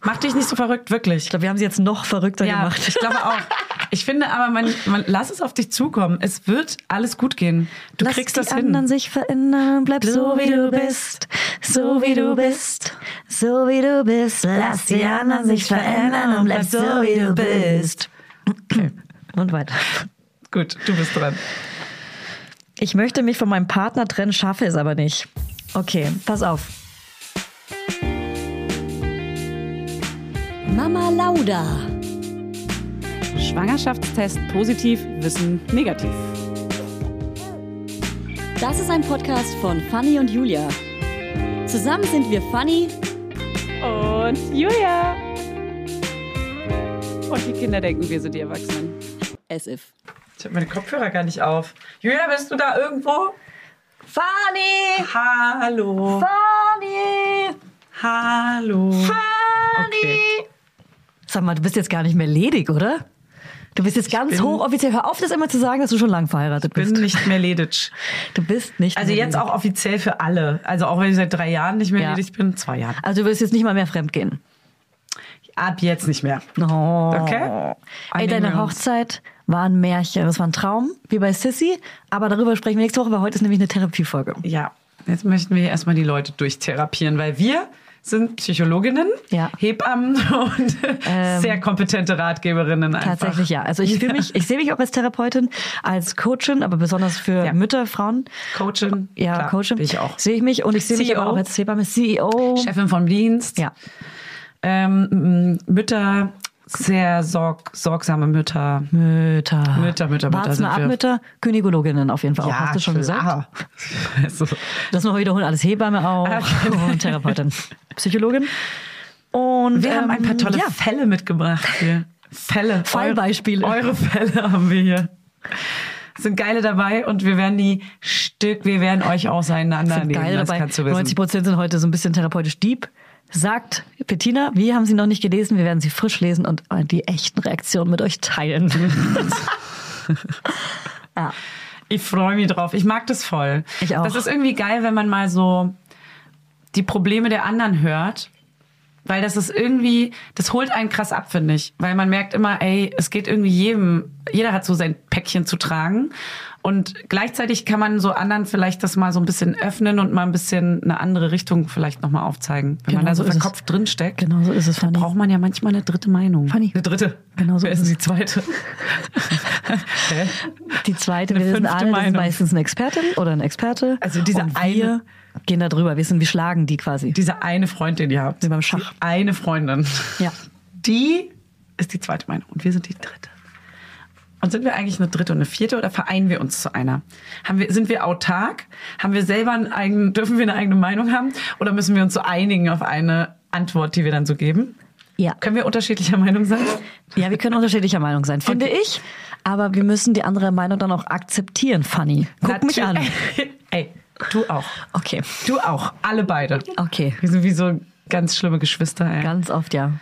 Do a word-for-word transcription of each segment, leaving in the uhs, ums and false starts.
Mach dich nicht so verrückt, wirklich. Ich glaube, wir haben sie jetzt noch verrückter ja, gemacht. Ich glaube auch. Ich finde aber, man, man lass es auf dich zukommen. Es wird alles gut gehen. Du Lass kriegst die das hin. anderen sich verändern, bleib so wie du bist, so wie du bist, so wie du bist. Lass die anderen sich verändern und bleib so wie du bist. Okay. Und weiter. Gut, du bist dran. Ich möchte mich von meinem Partner trennen, schaffe es aber nicht. Okay, pass auf. Mama Lauda. Schwangerschaftstest positiv, Wissen negativ. Das ist ein Podcast von Fanny und Julia. Zusammen sind wir Fanny und Julia. Und die Kinder denken, wir sind die Erwachsenen. As if. Ich habe meine Kopfhörer gar nicht auf. Julia, bist du da irgendwo? Fanny! Hallo. Fanny! Hallo. Fanny! Okay. Sag mal, du bist jetzt gar nicht mehr ledig, oder? Du bist jetzt ganz bin, hochoffiziell. Hör auf, das immer zu sagen, dass du schon lang verheiratet bist. Ich bin nicht mehr ledig. Du bist nicht Also mehr jetzt ledig. auch offiziell für alle. Also auch wenn ich seit drei Jahren nicht mehr Ja. ledig bin, zwei Jahren. Also du willst jetzt nicht mal mehr fremdgehen. Ab jetzt nicht mehr. Oh. Okay? Ey, deine Hochzeit war ein Märchen. Das war ein Traum, wie bei Sissy. Aber darüber sprechen wir nächste Woche, weil heute ist nämlich eine Therapiefolge. Ja, jetzt möchten wir erstmal die Leute durchtherapieren, weil wir sind Psychologinnen, Ja. Hebammen und Ähm, sehr kompetente Ratgeberinnen einfach. Tatsächlich, ja. Also ich fühle mich, ich sehe mich auch als Therapeutin, als Coachin, aber besonders für Ja. Mütter, Frauen. Coachin. Ja, Klar, Coachin. bin ich auch. Sehe ich mich und ich sehe mich C E O. aber auch als Hebamme, C E O. Chefin vom Dienst. Ja. Ähm, m- Mütter, sehr sorg, sorgsame Mütter. Mütter. Mütter, Mütter, Mütter Wart's sind mal ab, wir. Mütter, Gynäkologinnen auf jeden Fall auch. Hast du schon gesagt? klar. Also, Das noch wiederholen, alles Hebamme auch Okay. und Therapeutin, Psychologin. Und wir haben ein paar tolle ja. Fälle mitgebracht hier. Fälle. Fallbeispiele. Eure, eure Fälle haben wir hier. Es sind geile dabei und wir werden die Stück, wir werden euch auseinandernehmen. Geil das dabei. kannst du wissen. neunzig Prozent sind heute so ein bisschen therapeutisch deep. Sagt Bettina, wir haben sie noch nicht gelesen, wir werden sie frisch lesen und die echten Reaktionen mit euch teilen. Ja. Ich freue mich drauf. Ich mag das voll. Ich auch. Das ist irgendwie geil, wenn man mal so die Probleme der anderen hört. Weil das ist irgendwie, das holt einen krass ab, finde ich. Weil man merkt immer, ey, es geht irgendwie jedem, jeder hat so sein Päckchen zu tragen. Und gleichzeitig kann man so anderen vielleicht das mal so ein bisschen öffnen und mal ein bisschen eine andere Richtung vielleicht nochmal aufzeigen. Wenn Genau man da so so ist es. verkopft drin steckt, Genau so ist es, dann Fanny. braucht man ja manchmal eine dritte Meinung. Fanny. Eine dritte. Genau so Wer ist ist denn es. die zweite? Hä? Die zweite, Eine wir wissen fünfte alle, das ist Meinung. meistens eine Expertin oder ein Experte. Also diese und wir eine- gehen da drüber, wissen, wir schlagen die quasi. Diese eine Freundin, die ihr habt. Wie beim Schach. Die eine Freundin. Ja. Die ist die zweite Meinung und wir sind die dritte. Und sind wir eigentlich eine dritte und eine vierte oder vereinen wir uns zu einer? Haben wir, sind wir autark? Haben wir selber einen eigenen, dürfen wir eine eigene Meinung haben? Oder müssen wir uns so einigen auf eine Antwort, die wir dann so geben? Ja. Können wir unterschiedlicher Meinung sein? Ja, wir können unterschiedlicher Meinung sein, finde Okay. ich. Aber wir müssen die andere Meinung dann auch akzeptieren, Fanny. Guck mich an. Ey, ey, du auch. Okay. Du auch. Alle beide. Okay. Wir sind wie so ganz schlimme Geschwister. Ey. Ganz oft, ja.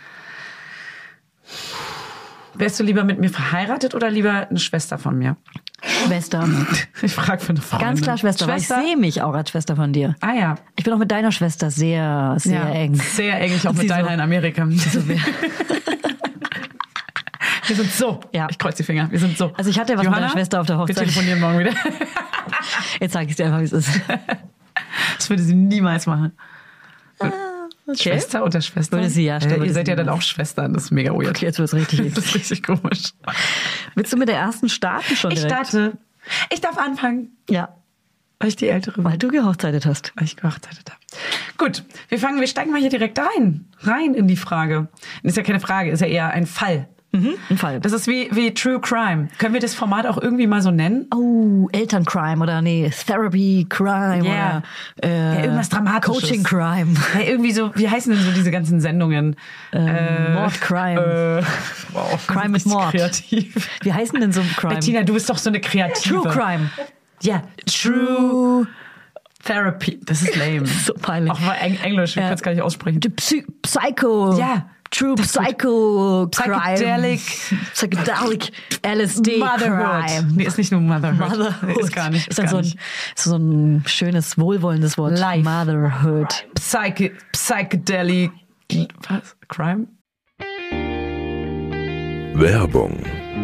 Wärst du lieber mit mir verheiratet oder lieber eine Schwester von mir? Schwester. Ich frage für eine Freundin. Ganz klar Schwester, Schwester? weil ich sehe mich auch als Schwester von dir. Ah ja. Ich bin auch mit deiner Schwester sehr, sehr ja, eng. Sehr eng, ich auch Und mit sie deiner so- in Amerika. so wer- Wir sind so. Ja. Ich kreuz die Finger. Wir sind so. Also ich hatte ja was mit deiner Schwester auf der Hochzeit. Wir telefonieren morgen wieder. Jetzt sage ich dir einfach, wie es ist. Das würde sie niemals machen. Okay. Schwester oder Schwester? Würde sie, ja, stimmt, Ihr würde seid sie ja dann machen. auch Schwestern. Das ist mega weird. Okay, jetzt wird's richtig. Das ist richtig komisch. Willst du mit der ersten starten schon Ich direkt? starte. Ich darf anfangen, Ja, weil ich die Ältere bin. weil du gehochzeitet hast. Weil ich gehochzeitet habe. Gut, wir fangen, wir steigen mal hier direkt rein. Rein in die Frage. Ist ja keine Frage, ist ja eher ein Fall. Mhm, ein Fall. Das ist wie, wie True Crime. Können wir das Format auch irgendwie mal so nennen? Oh, Elterncrime oder nee, Therapy Crime Yeah. oder äh, Ja, irgendwas Dramatisches. Coaching Crime. Ja, irgendwie so, wie heißen denn so diese ganzen Sendungen? Ähm, Mord Crime. Äh, wow, Crime mit richtig Mord. Kreativ. Wie heißen denn so Crime? Bettina, du bist doch so eine Kreative. True Crime. Ja, True Therapy. Das ist lame. So peinlich. Auch mal Eng Englisch, ich Ja. kann es gar nicht aussprechen. Psy Psycho. Ja. True Psycho Crime. Psychedelic. Psychedelic L S D Motherhood. Crime. Nee, ist nicht nur Motherhood. Motherhood. Nee, ist gar nicht. Ist dann so gar ein, nicht. so ein schönes, wohlwollendes Wort. Life. Motherhood. Psyche, Psychedelic Was? Crime? Werbung.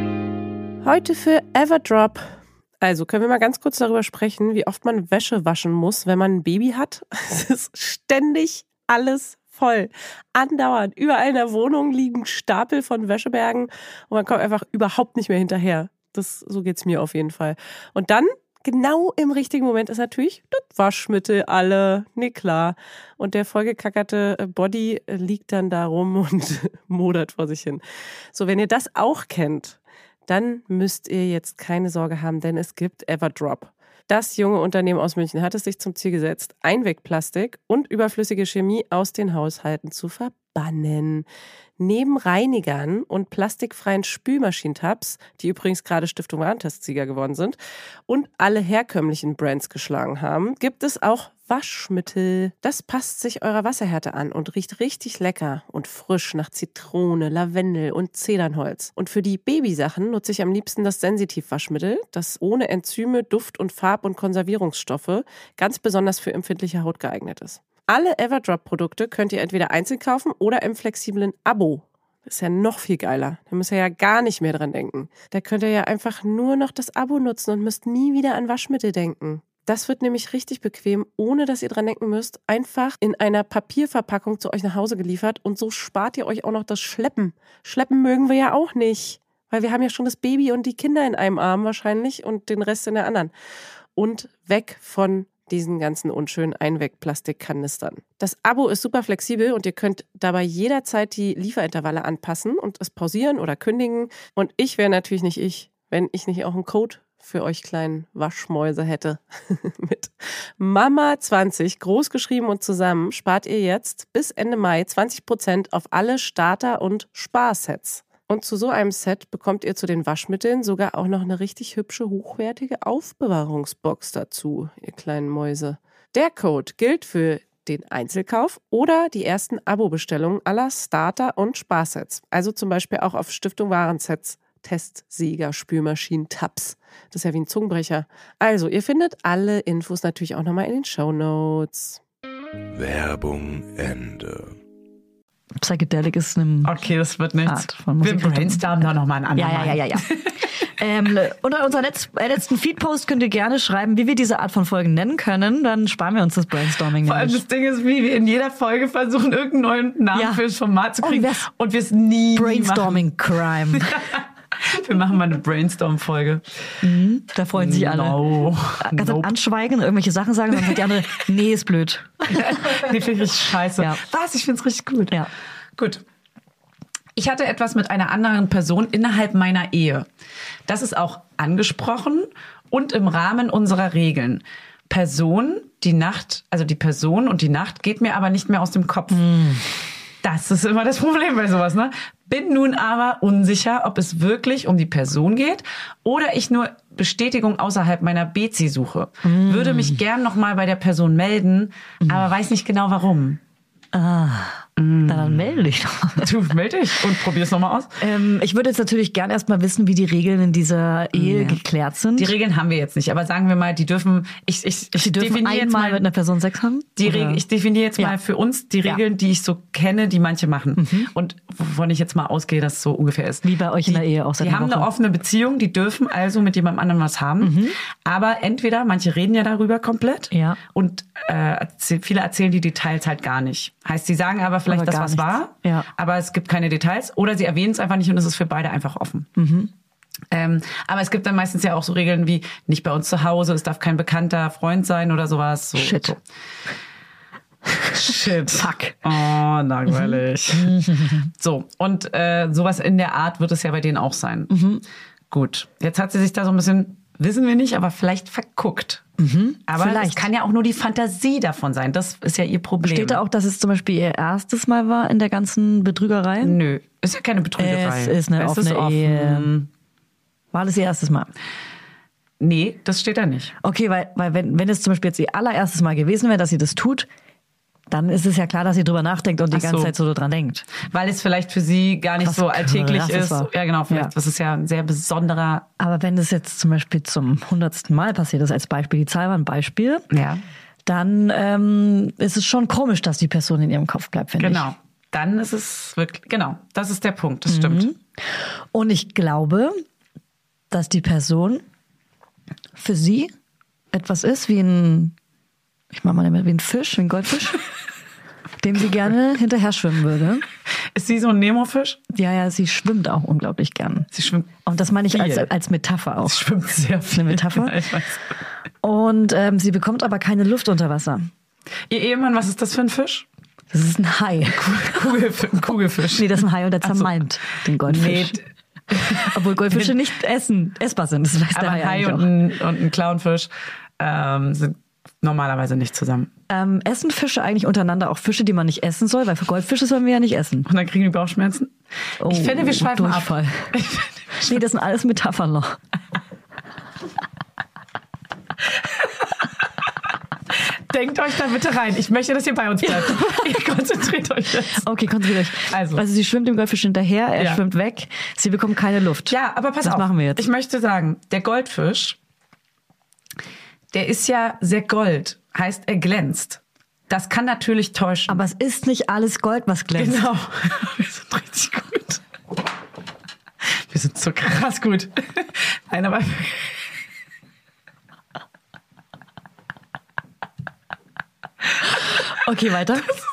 Heute für Everdrop. Also können wir mal ganz kurz darüber sprechen, wie oft man Wäsche waschen muss, wenn man ein Baby hat. Es ist ständig alles voll. Andauernd. Überall in der Wohnung liegen Stapel von Wäschebergen und man kommt einfach überhaupt nicht mehr hinterher. Das, so geht's mir auf jeden Fall. Und dann, genau im richtigen Moment, ist natürlich das Waschmittel alle. Nee, klar. Und der vollgekackerte Body liegt dann da rum und modert vor sich hin. So, wenn ihr das auch kennt, dann müsst ihr jetzt keine Sorge haben, denn es gibt Everdrop. Das junge Unternehmen aus München hat es sich zum Ziel gesetzt, Einwegplastik und überflüssige Chemie aus den Haushalten zu verbannen. Neben Reinigern und plastikfreien Spülmaschinentabs, die übrigens gerade Stiftung Warentest-Sieger geworden sind, und alle herkömmlichen Brands geschlagen haben, gibt es auch Waschmittel. Das passt sich eurer Wasserhärte an und riecht richtig lecker und frisch nach Zitrone, Lavendel und Zedernholz. Und für die Babysachen nutze ich am liebsten das Sensitiv-Waschmittel, das ohne Enzyme, Duft- und Farb- und Konservierungsstoffe ganz besonders für empfindliche Haut geeignet ist. Alle Everdrop-Produkte könnt ihr entweder einzeln kaufen oder im flexiblen Abo. Das ist ja noch viel geiler. Da müsst ihr ja gar nicht mehr dran denken. Da könnt ihr ja einfach nur noch das Abo nutzen und müsst nie wieder an Waschmittel denken. Das wird nämlich richtig bequem, ohne dass ihr dran denken müsst, einfach in einer Papierverpackung zu euch nach Hause geliefert und so spart ihr euch auch noch das Schleppen. Schleppen mögen wir ja auch nicht, weil wir haben ja schon das Baby und die Kinder in einem Arm wahrscheinlich und den Rest in der anderen. Und weg von diesen ganzen unschönen Einwegplastikkanistern. Das Abo ist super flexibel und ihr könnt dabei jederzeit die Lieferintervalle anpassen und es pausieren oder kündigen. Und ich wäre natürlich nicht ich, wenn ich nicht auch einen Code für euch kleinen Waschmäuse hätte. Mit Mama zwanzig, groß geschrieben und zusammen, spart ihr jetzt bis Ende Mai zwanzig Prozent auf alle Starter- und Sparsets. Und zu so einem Set bekommt ihr zu den Waschmitteln sogar auch noch eine richtig hübsche, hochwertige Aufbewahrungsbox dazu, ihr kleinen Mäuse. Der Code gilt für den Einzelkauf oder die ersten Abo-Bestellungen aller Starter- und Sparsets. Also zum Beispiel auch auf Stiftung Warensets. Testsieger, Spülmaschinen, Tabs. Das ist ja wie ein Zungenbrecher. Also, ihr findet alle Infos natürlich auch nochmal in den Shownotes. Werbung Ende. Psychedelic ist eine Okay, das wird nichts. Art von Wir Musik. brainstormen da nochmal einen Ja, anderen ja, ja, ja, ja. ähm, unter unserem Letz-, äh, letzten Feed-Post könnt ihr gerne schreiben, wie wir diese Art von Folgen nennen können. Dann sparen wir uns das Brainstorming. Vor allem nämlich. das Ding ist, wie wir in jeder Folge versuchen, irgendeinen neuen Namen Ja. für das Format zu kriegen. Oh, wär's- und wir es nie Brainstorming Crime. machen. Wir machen mal eine Brainstorm-Folge. Da freuen sich alle. No. Ganz Nope. anschweigen, irgendwelche Sachen sagen, dann sagt die andere, nee, ist blöd. Nee, finde ich richtig scheiße. Ja. Was? Ich finde es richtig gut. Ja. Gut. Ich hatte etwas mit einer anderen Person innerhalb meiner Ehe. Das ist auch angesprochen und im Rahmen unserer Regeln. Person, die Nacht, also die Person und die Nacht geht mir aber nicht mehr aus dem Kopf. Mm. Das ist immer das Problem bei sowas, ne? Bin nun aber unsicher, ob es wirklich um die Person geht oder ich nur Bestätigung außerhalb meiner Bezi suche. Mm. Würde mich gern nochmal bei der Person melden, mm. aber weiß nicht genau warum. Ah, mm. dann melde dich doch. Du melde dich und probier's nochmal aus. Ähm, ich würde jetzt natürlich gern erstmal wissen, wie die Regeln in dieser Ehe Ja. geklärt sind. Die Regeln haben wir jetzt nicht, aber sagen wir mal, die dürfen, ich, ich, ich Sie dürfen definiere jetzt einmal mal, mit einer Person Sex haben? die Oder? Regel, ich definiere jetzt Ja. mal für uns die Ja. Regeln, die ich so kenne, die manche machen. Mhm. Und wovon ich jetzt mal ausgehe, dass es so ungefähr ist. Wie bei euch in der Ehe auch seit Die einer haben eine Woche. offene Beziehung, die dürfen also mit jemandem anderen was haben. Mhm. Aber entweder, manche reden ja darüber komplett Ja. und äh, erzähl- viele erzählen die Details halt gar nicht. Heißt, sie sagen aber vielleicht, Aber das gar was nichts. war, Ja. aber es gibt keine Details oder sie erwähnen es einfach nicht und es ist für beide einfach offen. Mhm. Ähm, aber es gibt dann meistens ja auch so Regeln wie nicht bei uns zu Hause, es darf kein bekannter Freund sein oder sowas. So, Shit. So. Shit. Fuck. Oh, langweilig. So, und äh, sowas in der Art wird es ja bei denen auch sein. Mhm. Gut, jetzt hat sie sich da so ein bisschen, wissen wir nicht, aber vielleicht verguckt. Aber Vielleicht. es kann ja auch nur die Fantasie davon sein. Das ist ja ihr Problem. Steht da auch, dass es zum Beispiel ihr erstes Mal war in der ganzen Betrügerei? Nö, ist ja keine Betrügerei. Es ist eine Es offene offen. Ehe. War das ihr erstes Mal? Nee, das steht da nicht. Okay, weil, weil wenn, wenn es zum Beispiel jetzt ihr allererstes Mal gewesen wäre, dass sie das tut, dann ist es ja klar, dass sie drüber nachdenkt und die Ach ganze so. Zeit so dran denkt. Weil es vielleicht für sie gar nicht Was so alltäglich krasses ist. war. Ja, genau, vielleicht. Ja. Das ist ja ein sehr besonderer. Aber wenn das jetzt zum Beispiel zum hundertsten Mal passiert ist, als Beispiel, die Zahl war ein Beispiel, Ja. dann ähm, ist es schon komisch, dass die Person in ihrem Kopf bleibt, finde Genau. ich. dann ist es wirklich, genau, das ist der Punkt, das stimmt. Und ich glaube, dass die Person für sie etwas ist wie ein, ich mach mal wie ein Fisch, wie ein Goldfisch, dem sie gerne hinterher schwimmen würde. Ist sie so ein Nemofisch? Ja, ja, sie schwimmt auch unglaublich gern. Sie schwimmt Und das meine ich als, viel. als Metapher auch. Sie schwimmt sehr viel. Eine Metapher. Ja, ich weiß. Und ähm, sie bekommt aber keine Luft unter Wasser. Ihr Ehemann, was ist das für ein Fisch? Das ist ein Hai. Kugelfisch. Ein Kugelfisch. Nee, das ist ein Hai und der Ach so. zermalmt den Goldfisch. Nee. Obwohl Goldfische nicht essen, essbar sind. Das weiß der Aber Hai ein Hai eigentlich und auch. ein, und ein Clownfisch ähm, sind normalerweise nicht zusammen. Ähm, essen Fische eigentlich untereinander auch Fische, die man nicht essen soll? Weil für Goldfische sollen wir ja nicht essen. Und dann kriegen die Bauchschmerzen? Oh, ich finde, wir schweifen Durchfall. ab. Nee, das sind alles Metaphern noch. Denkt euch da bitte rein. Ich möchte, dass ihr bei uns bleibt. Ihr konzentriert euch jetzt. Okay, konzentriert euch. Also. also sie schwimmt dem Goldfisch hinterher, er Ja. schwimmt weg, sie bekommt keine Luft. Ja, aber pass Was auf. machen wir jetzt? Ich möchte sagen, der Goldfisch, der ist ja sehr gold. Heißt, er glänzt. Das kann natürlich täuschen. Aber es ist nicht alles Gold, was glänzt. Genau. Wir sind richtig gut. Wir sind so krass gut. Nein, aber... Okay, weiter.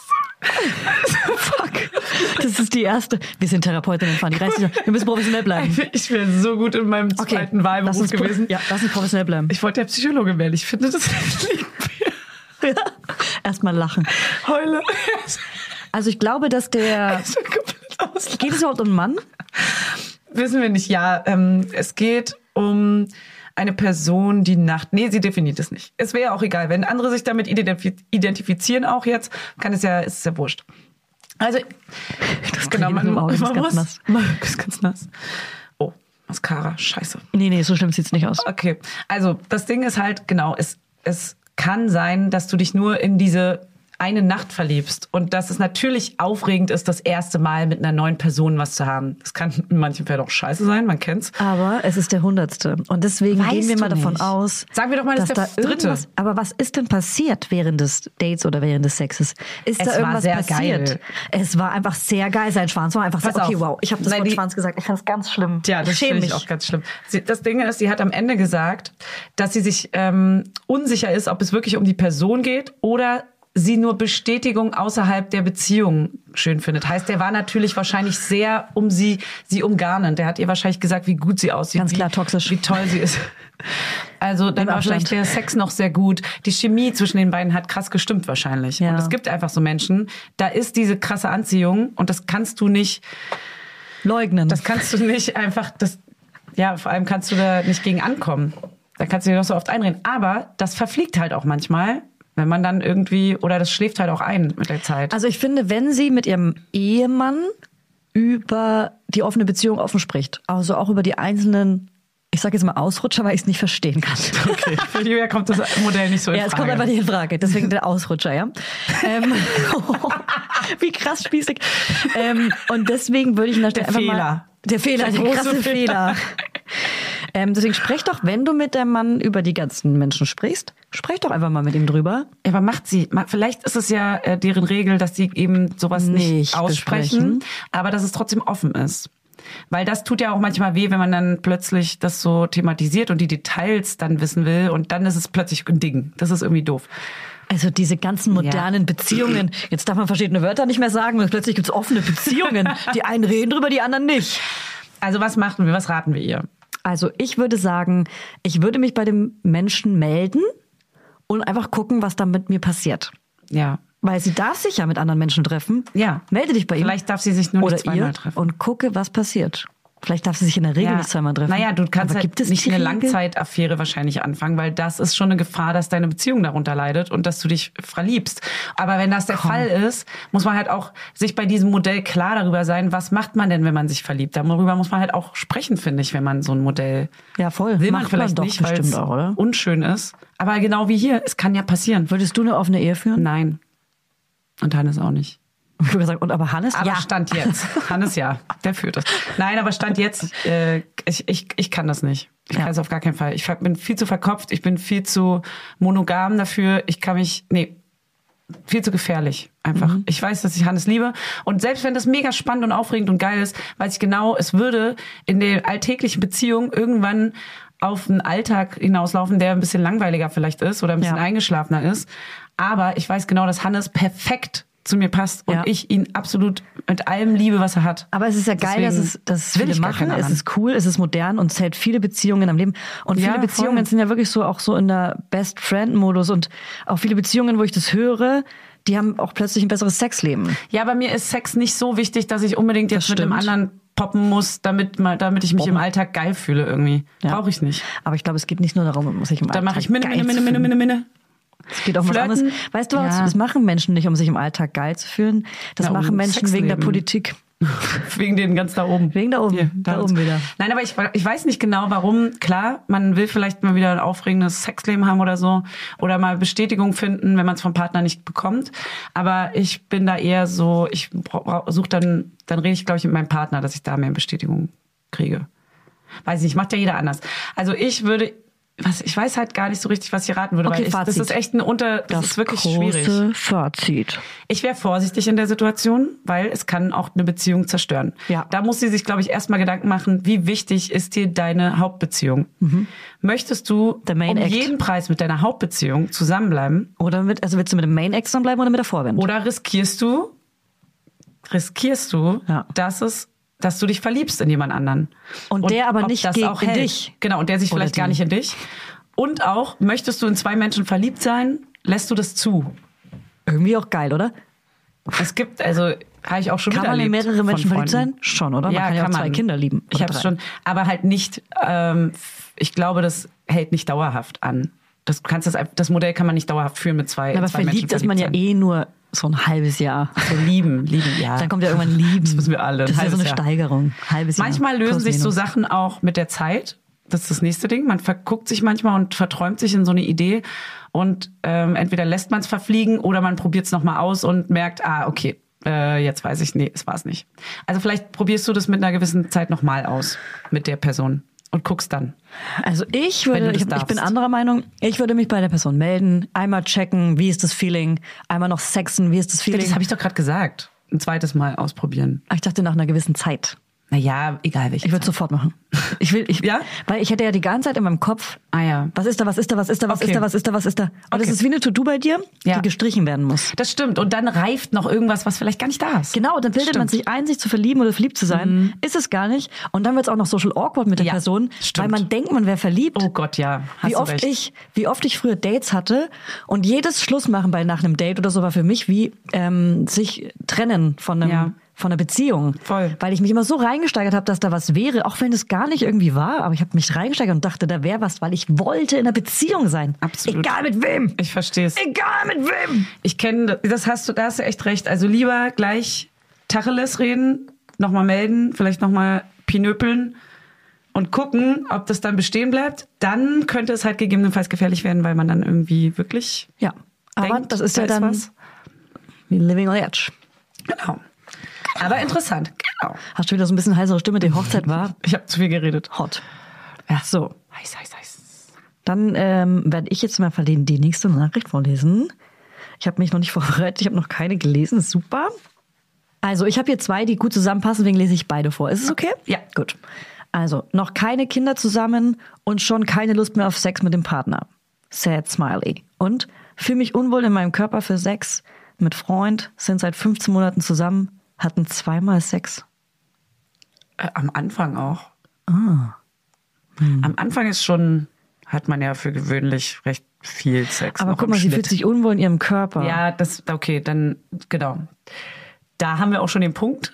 Fuck. Das ist die erste. Wir sind Therapeutinnen, Fanny. Reiß dich auf. Wir müssen professionell bleiben. Ich wäre so gut in meinem Okay, zweiten lass Wahlberuf uns pro- gewesen. Ja, lass uns professionell bleiben. Ich wollte ja Psychologe werden. Ich finde, das liegt mir. Ja. Erstmal lachen. Heule. Also ich glaube, dass der... Ich bin komplett aus. Geht es überhaupt um einen Mann? Wissen wir nicht. Ja, ähm, es geht um eine Person, die Nacht... Nee, sie definiert es nicht. Es wäre auch egal. Wenn andere sich damit identif- identifizieren auch jetzt, kann es ja, ist es ja wurscht. Also, das genau, man- Auge, das ist ganz nass. Man ist ganz nass. Oh, Mascara, scheiße. Nee, nee, so schlimm sieht's nicht aus. Okay, also das Ding ist halt, genau, es, es kann sein, dass du dich nur in diese eine Nacht verliebst und dass es natürlich aufregend ist, das erste Mal mit einer neuen Person was zu haben. Das kann in manchen Fällen auch scheiße sein, man kennt's. Aber es ist der Hundertste. Und deswegen Weißt gehen wir du mal davon nicht. aus, Sagen wir doch mal, das dass ist da der dritte. irgendwas... Aber was ist denn passiert während des Dates oder während des Sexes? Ist Es da war irgendwas sehr passiert? geil. Es war einfach sehr geil. Sein Schwanz war einfach Pass sehr... Okay, auf. wow. Ich habe das Nein, Wort die- Schwanz gesagt. Ich fand es ganz schlimm. Ja, das schäme finde ich mich. auch ganz schlimm. Sie, das Ding ist, sie hat am Ende gesagt, dass sie sich ähm, unsicher ist, ob es wirklich um die Person geht oder sie nur Bestätigung außerhalb der Beziehung schön findet. Heißt, der war natürlich wahrscheinlich sehr um sie, sie umgarnend. Der hat ihr wahrscheinlich gesagt, wie gut sie aussieht. Ganz wie, klar toxisch. Wie toll sie ist. Also dann Im war Abstand. vielleicht der Sex noch sehr gut. Die Chemie zwischen den beiden hat krass gestimmt wahrscheinlich. Ja. Und es gibt einfach so Menschen, da ist diese krasse Anziehung und das kannst du nicht... Leugnen. Das kannst du nicht einfach, das, ja, vor allem kannst du da nicht gegen ankommen. Da kannst du dir doch so oft einreden. Aber das verfliegt halt auch manchmal, wenn man dann irgendwie, oder das schläft halt auch ein mit der Zeit. Also ich finde, wenn sie mit ihrem Ehemann über die offene Beziehung offen spricht, also auch über die einzelnen, ich sage jetzt mal Ausrutscher, weil ich es nicht verstehen kann. Okay, für Julia kommt das Modell nicht so in Ja, es Frage. kommt einfach nicht in Frage. Deswegen der Ausrutscher, ja. ähm, wie krass spießig. Ähm, und deswegen würde ich nach Der einfach Fehler. Mal, der Fehler, Der der, große krasse Fehler. Fehler. ähm, deswegen sprech doch, wenn du mit deinem Mann über die ganzen Menschen sprichst, sprech doch einfach mal mit ihm drüber. Ja, aber macht sie. Ma- Vielleicht ist es ja äh, deren Regel, dass sie eben sowas nicht, Nicht aussprechen, besprechen. aber dass es trotzdem offen ist. Weil das tut ja auch manchmal weh, wenn man dann plötzlich das so thematisiert und die Details dann wissen will und dann ist es plötzlich ein Ding. Das ist irgendwie doof. Also diese ganzen modernen Ja. Beziehungen. Jetzt darf man verschiedene Wörter nicht mehr sagen und plötzlich gibt's offene Beziehungen. Die einen reden drüber, die anderen nicht. Also was machen wir, was raten wir ihr? Also ich würde sagen, ich würde mich bei dem Menschen melden und einfach gucken, was dann mit mir passiert. Ja. Weil sie darf sich ja mit anderen Menschen treffen. Ja. Melde dich bei ihm. Vielleicht darf sie sich nur oder nicht zweimal ihr treffen. und gucke, was passiert. Vielleicht darf sie sich in der Regel Ja. nicht zweimal treffen. Naja, du kannst Aber halt gibt es nicht die eine Regel? Langzeitaffäre wahrscheinlich anfangen, weil das ist schon eine Gefahr, dass deine Beziehung darunter leidet und dass du dich verliebst. Aber wenn das der Fall ist, muss man halt auch sich bei diesem Modell klar darüber sein, was macht man denn, wenn man sich verliebt. Darüber muss man halt auch sprechen, finde ich, wenn man so ein Modell Ja, voll. will. Man Macht vielleicht man doch nicht, weil bestimmt es auch, oder? unschön ist. Aber genau wie hier, es kann ja passieren. Würdest du eine offene Ehe führen? Nein. Und Hannes auch nicht. Ich habe gesagt, und aber Hannes? Aber ja. Stand jetzt. Hannes ja, der führt das. Nein, aber Stand jetzt, äh, ich, ich, ich kann das nicht. Ich Ja. kann es auf gar keinen Fall. Ich bin viel zu verkopft, ich bin viel zu monogam dafür. Ich kann mich, nee, viel zu gefährlich. Einfach. Mhm. Ich weiß, dass ich Hannes liebe. Und selbst wenn das mega spannend und aufregend und geil ist, weiß ich genau, es würde in der alltäglichen Beziehung irgendwann auf einen Alltag hinauslaufen, der ein bisschen langweiliger vielleicht ist oder ein bisschen ja. eingeschlafener ist. Aber ich weiß genau, dass Hannes perfekt zu mir passt und ja. ich ihn absolut mit allem liebe, was er hat. Aber es ist ja geil, Deswegen dass es, dass es will viele ich gar machen. keinen Es anderen. ist cool, es ist modern und es hält viele Beziehungen am Leben. Und viele Ja, Beziehungen voll. sind ja wirklich so auch so in der Best-Friend-Modus und auch viele Beziehungen, wo ich das höre, die haben auch plötzlich ein besseres Sexleben. Ja, bei mir ist Sex nicht so wichtig, dass ich unbedingt jetzt Das mit einem stimmt. anderen poppen muss, damit, mal- damit ich mich im Alltag geil fühle irgendwie. Ja. Brauche ich nicht. Aber ich glaube, es geht nicht nur darum, muss ich im Dann Alltag mache ich Minne, geil Minne, zu Minne, Minne, fühlen. Minne, Minne. Es geht auch um was Flirten. anderes. Weißt du was? Ja. Das machen Menschen nicht, um sich im Alltag geil zu fühlen. Das Na, um machen Menschen wegen der Sexleben. Politik. Wegen denen ganz da oben. Wegen da oben. Hier, da uns. oben wieder. Nein, aber ich, ich weiß nicht genau, warum. Klar, man will vielleicht mal wieder ein aufregendes Sexleben haben oder so. Oder mal Bestätigung finden, wenn man es vom Partner nicht bekommt. Aber ich bin da eher so, ich suche dann, dann rede ich, glaube ich, mit meinem Partner, dass ich da mehr Bestätigung kriege. Weiß nicht, macht ja jeder anders. Also ich würde, was, ich weiß halt gar nicht so richtig, was ich hier raten würde. Okay, weil ich, das Fazit. ist echt ein Unter, das, ist wirklich schwierig. große Fazit. Ich wäre vorsichtig in der Situation, weil es kann auch eine Beziehung zerstören. Ja. Da muss sie sich, glaube ich, erstmal Gedanken machen, wie wichtig ist dir deine Hauptbeziehung? Mhm. Möchtest du Der Main um Act. jeden Preis mit deiner Hauptbeziehung zusammenbleiben? Oder mit, also willst du mit dem Main Ex dann bleiben oder mit der Vorwand? Oder riskierst du, riskierst du, Ja. dass es, dass du dich verliebst in jemand anderen? Und der aber ob nicht das gegen auch in hält. dich. Genau, und der sich Oder vielleicht die. gar nicht in dich. Und auch, möchtest du in zwei Menschen verliebt sein? Lässt du das zu? Irgendwie auch geil, oder? Es gibt, also habe ich auch schon Kann wieder man in erlebt mehrere von Menschen verliebt Freunden. sein? Schon, oder? Man Ja, kann ja auch kann zwei man. Kinder lieben. Ich oder habe es drei. schon, aber halt nicht. Ähm, ich glaube, das hält nicht dauerhaft an. Das du kannst das, das Modell kann man nicht dauerhaft führen mit zwei. Aber zwei verliebt Menschen ist man ja verliebt eh nur so ein halbes Jahr. sein. So lieben, lieben, ja. Dann kommt ja irgendwann Lieben. Das wissen wir alle. ein Das ist ja so halbes eine Jahr. Steigerung. Halbes Jahr. Manchmal lösen Plus, sich so minus. Sachen auch mit der Zeit. Das ist das nächste Ding. Man verguckt sich manchmal und verträumt sich in so eine Idee. Und ähm, entweder lässt man es verfliegen oder man probiert es nochmal aus und merkt, ah, okay, äh, jetzt weiß ich, nee, es war es nicht. Also vielleicht probierst du das mit einer gewissen Zeit nochmal aus mit der Person und guckst dann. Also ich Wenn würde, du das ich, ich bin darfst. anderer Meinung. Ich würde mich bei der Person melden, einmal checken, wie ist das Feeling, einmal noch sexen, wie ist das Feeling. Das habe ich doch gerade gesagt. Ein zweites Mal ausprobieren. ich dachte nach einer gewissen Zeit. Naja, egal welche. Ich würde sofort machen. Ich will, ich, Ja? Weil ich hätte ja die ganze Zeit in meinem Kopf, Ah ja. was ist da, was ist da, was ist da, was Okay. ist da, was ist da, was ist da. Und das Okay. ist wie eine To-Do bei dir, Ja. die gestrichen werden muss. Das stimmt. Und dann reift noch irgendwas, was vielleicht gar nicht da ist. Genau, dann bildet man Stimmt. sich ein, sich zu verlieben oder verliebt zu sein. Ist es gar nicht. Und dann wird es auch noch social awkward mit der Ja, Person, stimmt. weil man denkt, man wäre verliebt. Oh Gott, ja. Hast wie du oft recht. ich, wie oft ich früher Dates hatte und jedes Schlussmachen bei nach einem Date oder so war für mich wie ähm, sich trennen von einem Ja. von einer Beziehung, Voll. weil ich mich immer so reingesteigert habe, dass da was wäre, auch wenn es gar nicht irgendwie war, aber ich habe mich reingesteigert und dachte, da wäre was, weil ich wollte in einer Beziehung sein, Absolut. egal mit wem, Ich verstehe es. egal mit wem. Ich kenne, das hast du, da hast du echt recht. Also lieber gleich Tacheles reden, nochmal melden, vielleicht nochmal pinöpeln und gucken, ob das dann bestehen bleibt. Dann könnte es halt gegebenenfalls gefährlich werden, weil man dann irgendwie wirklich Ja, aber denkt, das ist da ja dann was. wie living on the edge. Genau. Aber interessant. Genau. Hast du wieder so ein bisschen heisere Stimme, die Hochzeit war Ich habe zu viel geredet. hot. Ja, so. Heiß, heiß, heiß. Dann ähm, werde ich jetzt mal die, die nächste Nachricht vorlesen. Ich habe mich noch nicht vorbereitet, ich habe noch keine gelesen. Super. Also, ich habe hier zwei, die gut zusammenpassen, deswegen lese ich beide vor. Ist es okay? Ja. Gut. Also, noch keine Kinder zusammen und schon keine Lust mehr auf Sex mit dem Partner. Sad Smiley. Und fühle mich unwohl in meinem Körper für Sex mit Freund, sind seit fünfzehn Monaten zusammen, hatten zweimal Sex. Äh, am Anfang auch. Ah. Hm. Am Anfang ist schon, hat man ja für gewöhnlich recht viel Sex. Aber noch guck im mal, sie Schnitt. fühlt sich unwohl in ihrem Körper. Ja, das, okay, dann, genau. Da haben wir auch schon den Punkt.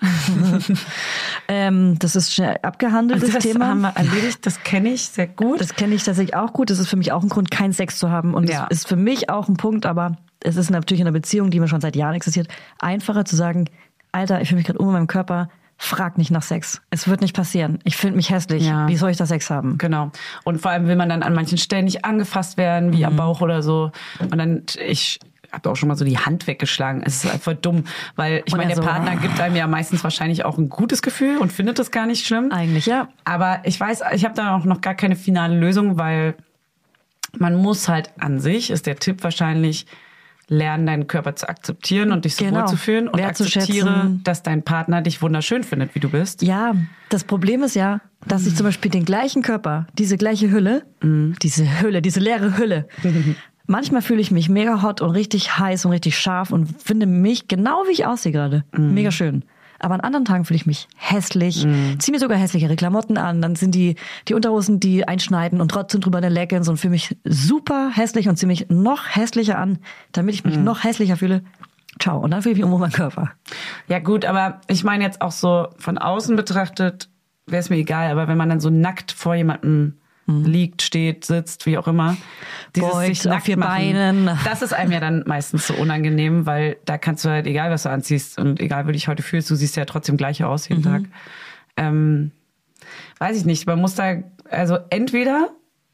Ähm, das ist schnell abgehandelt, das, Das Thema. haben wir erledigt, das kenne ich sehr gut. Das kenne ich tatsächlich auch gut. Das ist für mich auch ein Grund, keinen Sex zu haben. Und Ja. das ist für mich auch ein Punkt, aber es ist natürlich in einer Beziehung, die mir schon seit Jahren existiert, einfacher zu sagen, Alter, ich fühle mich gerade um in meinem Körper, frag nicht nach Sex. Es wird nicht passieren. Ich finde mich hässlich. Ja. Wie soll ich da Sex haben? Genau. Und vor allem will man dann an manchen Stellen nicht angefasst werden, wie Mhm. am Bauch oder so. Und dann, ich habe auch schon mal so die Hand weggeschlagen. Es ist einfach dumm, weil ich Und meine, er der so, Partner gibt einem ja meistens wahrscheinlich auch ein gutes Gefühl und findet das gar nicht schlimm. Eigentlich, ja. Aber ich weiß, ich habe da auch noch gar keine finale Lösung, weil man muss halt an sich, ist der Tipp wahrscheinlich, lernen, deinen Körper zu akzeptieren und dich so Genau. wohlzufühlen und Wertzuschätzen. akzeptiere, dass dein Partner dich wunderschön findet, wie du bist. Ja, das Problem ist ja, dass ich zum Beispiel den gleichen Körper, diese gleiche Hülle, diese Hülle, diese leere Hülle, manchmal fühle ich mich mega hot und richtig heiß und richtig scharf und finde mich genau wie ich aussehe gerade. Mega schön. Aber an anderen Tagen fühle ich mich hässlich, ziehe mir sogar hässlichere Klamotten an, dann sind die die Unterhosen, die einschneiden und trotzdem drüber eine Leggings und fühle mich super hässlich und ziehe mich noch hässlicher an, damit ich mich noch hässlicher fühle. Ciao. Und dann fühle ich mich irgendwo meinen Körper. Ja gut, aber ich meine jetzt auch so von außen betrachtet, wäre es mir egal, aber wenn man dann so nackt vor jemandem liegt, steht, sitzt, wie auch immer, dieses Beugt sich auf nackt vier machen, Beinen. das ist einem ja dann meistens so unangenehm, weil da kannst du halt, egal was du anziehst und egal wie du dich heute fühlst, du siehst ja trotzdem gleich aus jeden Tag. Ähm, weiß ich nicht, man muss da, also entweder